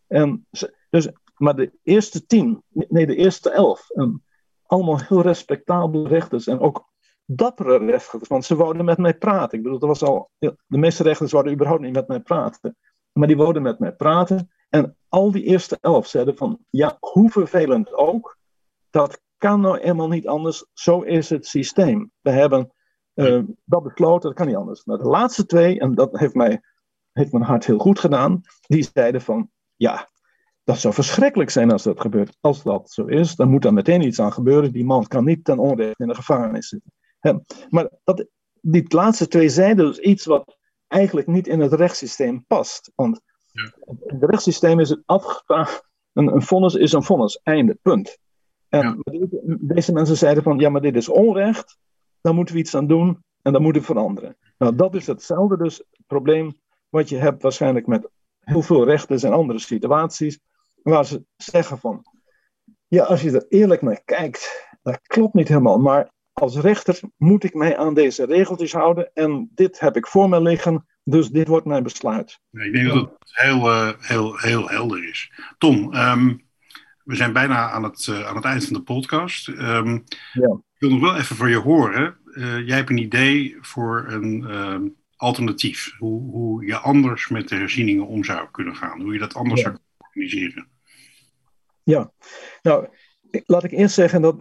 Maar de eerste 11, allemaal heel respectabele rechters en ook dappere rechters, want ze wouden met mij praten. Ik bedoel, de meeste rechters wouden überhaupt niet met mij praten, maar die wouden met mij praten En al die eerste 11 zeiden van, ja, hoe vervelend ook, dat kan nou eenmaal niet anders, zo is het systeem. We hebben dat besloten, dat kan niet anders. Maar de laatste 2, en dat heeft mijn hart heel goed gedaan, die zeiden van, ja, dat zou verschrikkelijk zijn als dat gebeurt. Als dat zo is, dan moet er meteen iets aan gebeuren. Die man kan niet ten onrechte in de gevangenis zitten. Maar die laatste 2 zeiden dus iets wat eigenlijk niet in het rechtssysteem past. Want in het rechtssysteem is het afgevraagd, een vonnis is een vonnis, einde, punt. En deze mensen zeiden van, ja, maar dit is onrecht, daar moeten we iets aan doen en dat moet het veranderen. Nou, dat is hetzelfde dus, het probleem wat je hebt waarschijnlijk met heel veel rechters en andere situaties, waar ze zeggen van, ja, als je er eerlijk naar kijkt, dat klopt niet helemaal, maar als rechter moet ik mij aan deze regeltjes houden en dit heb ik voor me liggen, dus dit wordt mijn besluit. Ik denk dat het heel helder is. Tom, we zijn bijna aan het eind van de podcast. Ik wil nog wel even van je horen. Jij hebt een idee voor een alternatief. Hoe je anders met de herzieningen om zou kunnen gaan. Hoe je dat anders zou kunnen organiseren. Ja, nou, laat ik eerst zeggen dat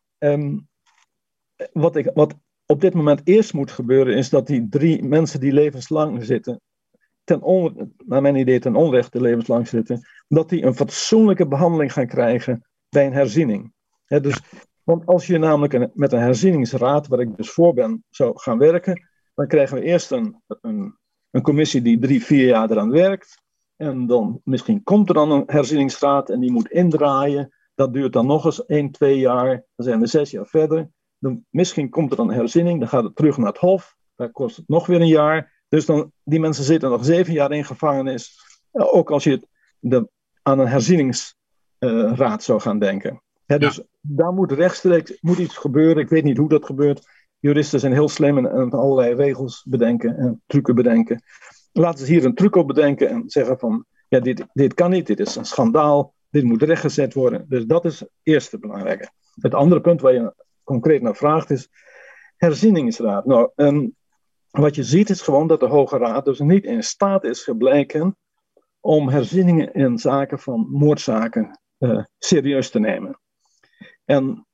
wat op dit moment eerst moet gebeuren is dat die 3 mensen die levenslang zitten, naar mijn idee ten onrechte levenslang zitten, dat die een fatsoenlijke behandeling gaan krijgen bij een herziening. Want als je namelijk met een herzieningsraad, waar ik dus voor ben, zou gaan werken, dan krijgen we eerst een commissie die 3-4 jaar eraan werkt. En dan misschien komt er dan een herzieningsraad en die moet indraaien. Dat duurt dan nog eens 1-2 jaar. Dan zijn we 6 jaar verder. Misschien komt er dan een herziening, dan gaat het terug naar het hof. Dat kost het nog weer een jaar. Dus die mensen zitten nog 7 jaar in gevangenis. Ook als je aan een herzieningsraad zou gaan denken. Dus daar moet rechtstreeks iets gebeuren. Ik weet niet hoe dat gebeurt. Juristen zijn heel slim en allerlei regels bedenken en trucken bedenken. Laten ze hier een truc op bedenken en zeggen van, ja, dit kan niet, dit is een schandaal, dit moet rechtgezet worden. Dus dat is het eerste belangrijke. Het andere punt waar je concreet naar vraagt is herzieningsraad. Nou, wat je ziet is gewoon dat de Hoge Raad dus niet in staat is gebleken om herzieningen in zaken van moordzaken serieus te nemen. En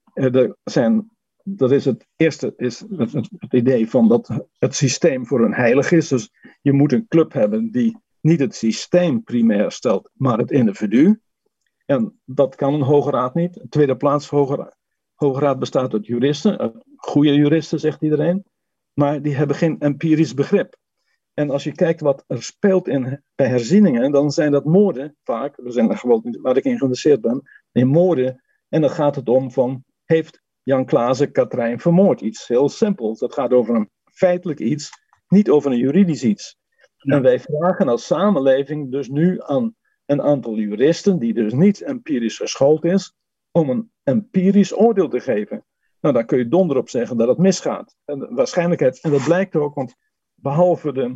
dat is het eerste, is het idee van dat het systeem voor hun heilig is. Dus je moet een club hebben die niet het systeem primair stelt, maar het individu. En dat kan een Hoge Raad niet. In tweede plaats, Hoge Raad bestaat uit juristen, goede juristen zegt iedereen, maar die hebben geen empirisch begrip. En als je kijkt wat er speelt bij herzieningen, dan zijn dat moorden vaak, er zijn er gewoon waar ik in geïnteresseerd ben, in moorden. En dan gaat het om van, heeft Jan Klaassen Katrijn vermoord? Iets heel simpels. Dat gaat over een feitelijk iets, niet over een juridisch iets. Ja. En wij vragen als samenleving dus nu aan een aantal juristen, die dus niet empirisch geschoold is, om een empirisch oordeel te geven. Nou, dan kun je donder op zeggen dat het misgaat. En de waarschijnlijkheid, en dat blijkt ook, want behalve de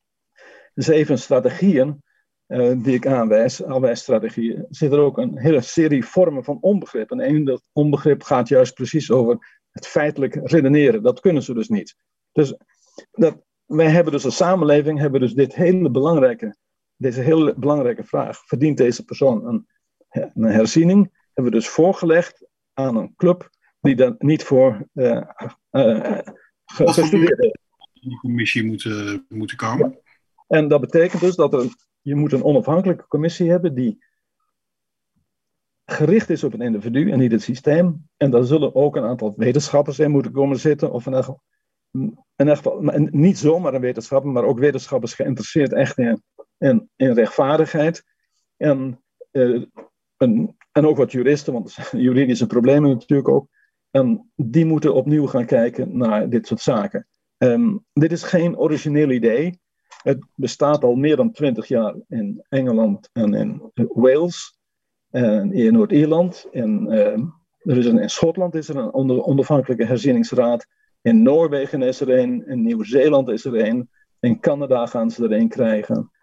7 strategieën die ik aanwijs strategieën, zit er ook een hele serie vormen van onbegrip. En een dat onbegrip gaat juist precies over het feitelijk redeneren. Dat kunnen ze dus niet. Dus wij hebben dus als samenleving deze hele belangrijke vraag. Verdient deze persoon een herziening? Hebben we dus voorgelegd aan een club die daar niet voor gestudeerd heeft. Die commissie moeten komen. Ja. En dat betekent dus dat je moet een onafhankelijke commissie hebben die gericht is op een individu en niet het systeem. En daar zullen ook een aantal wetenschappers in moeten komen zitten. Of in ieder geval niet zomaar een wetenschapper, maar ook wetenschappers geïnteresseerd echt in rechtvaardigheid. En ook wat juristen, want er zijn juridische problemen natuurlijk ook. En die moeten opnieuw gaan kijken naar dit soort zaken. Dit is geen origineel idee. Het bestaat al meer dan 20 jaar in Engeland en in Wales en in Noord-Ierland. In Schotland is er een onafhankelijke herzieningsraad. In Noorwegen is er een. In Nieuw-Zeeland is er een. In Canada gaan ze er een krijgen.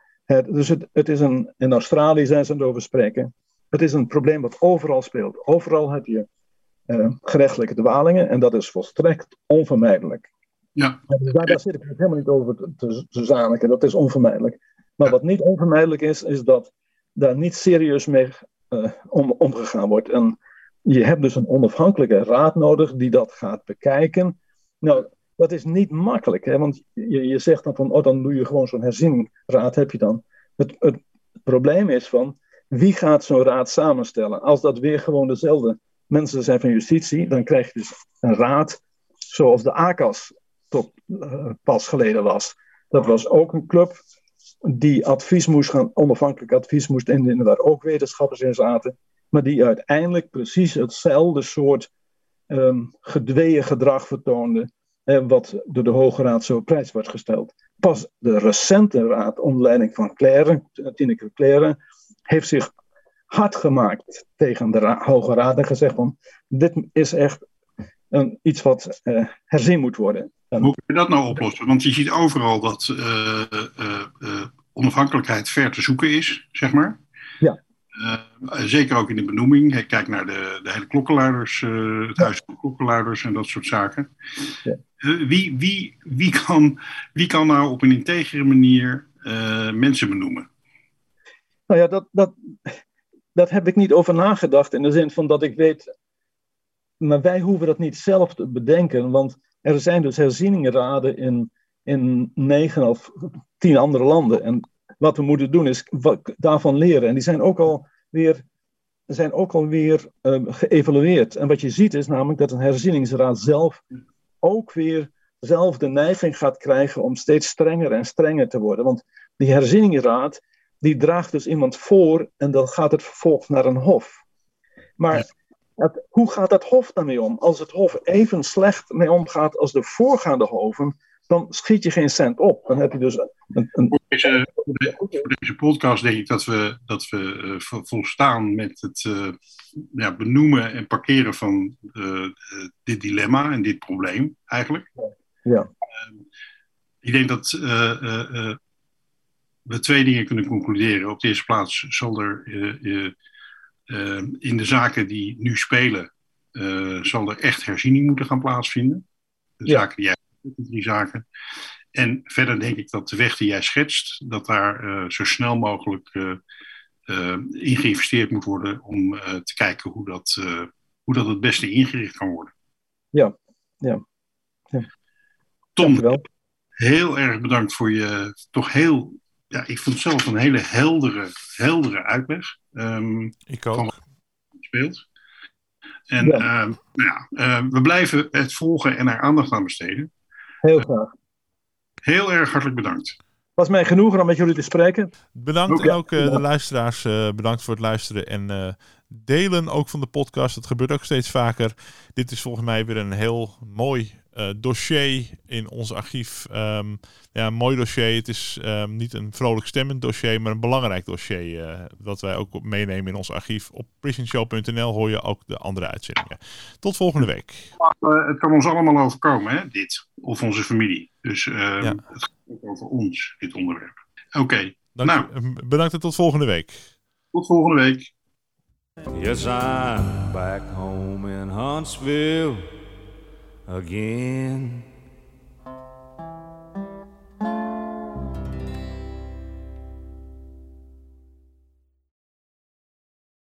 In Australië zijn ze aan het over spreken. Het is een probleem wat overal speelt. Overal heb je gerechtelijke dwalingen en dat is volstrekt onvermijdelijk. Ja. Daar zit ik helemaal niet over te zaniken, dat is onvermijdelijk. Maar wat niet onvermijdelijk is dat daar niet serieus mee omgegaan wordt. En je hebt dus een onafhankelijke raad nodig die dat gaat bekijken. Nou, dat is niet makkelijk, hè? Want je zegt dan van, dan doe je gewoon zo'n herzieningraad, heb je dan. Het probleem is van, wie gaat zo'n raad samenstellen? Als dat weer gewoon dezelfde mensen zijn van justitie, dan krijg je dus een raad zoals de ACAS tot pas geleden was. Dat was ook een club die onafhankelijk advies moest indienen, waar ook wetenschappers in zaten, maar die uiteindelijk precies hetzelfde soort gedweeën gedrag vertoonde, wat door de Hoge Raad zo op prijs wordt gesteld. Pas de recente raad onder leiding van Tineke Claire heeft zich hard gemaakt tegen de Hoge Raad en gezegd van, dit is echt iets wat herzien moet worden. Hoe kun je dat nou oplossen? Want je ziet overal dat onafhankelijkheid ver te zoeken is, zeg maar. Ja. Zeker ook in de benoeming. Kijk naar de hele klokkenluiders, het huis van klokkenluiders en dat soort zaken. Ja. Wie kan nou op een integere manier mensen benoemen? Nou ja, dat heb ik niet over nagedacht in de zin van dat ik weet, maar wij hoeven dat niet zelf te bedenken, want er zijn dus herzieningenraden in 9 of 10 andere landen. En wat we moeten doen is daarvan leren. En die zijn ook alweer geëvalueerd. En wat je ziet is namelijk dat een herzieningsraad zelf ook weer de neiging gaat krijgen om steeds strenger en strenger te worden. Want die herzieningsraad, die draagt dus iemand voor en dan gaat het vervolgens naar een hof. Maar hoe gaat dat hof daarmee om? Als het hof even slecht mee omgaat als de voorgaande hoven, dan schiet je geen cent op. Dan heb je dus Voor deze podcast denk ik dat we volstaan met het benoemen en parkeren van dit dilemma en dit probleem eigenlijk. Ja. Ik denk dat we 2 dingen kunnen concluderen. Op de eerste plaats zal er in de zaken die nu spelen, zal er echt herziening moeten gaan plaatsvinden. Zaken die jij 3 zaken. En verder denk ik dat de weg die jij schetst, dat daar zo snel mogelijk in geïnvesteerd moet worden om te kijken hoe dat het beste ingericht kan worden. Ja. Tom, heel erg bedankt voor je toch heel, ik vond het zelf een hele heldere uitleg. Ik ook. Van wat er speelt. En we blijven het volgen en er aandacht aan besteden. Heel graag. Heel erg hartelijk bedankt. Het was mij genoegen om met jullie te spreken. Bedankt en ook de luisteraars bedankt voor het luisteren en delen ook van de podcast. Dat gebeurt ook steeds vaker. Dit is volgens mij weer een heel mooi dossier in ons archief. Een mooi dossier. Het is niet een vrolijk stemmend dossier, maar een belangrijk dossier dat wij ook meenemen in ons archief. Op prisonshow.nl hoor je ook de andere uitzendingen. Tot volgende week. Het kan ons allemaal overkomen, hè, dit. Of onze familie. Dus het gaat ook over ons, dit onderwerp. Oké. Bedankt en tot volgende week. Tot volgende week. Yes, I'm back home in Huntsville again.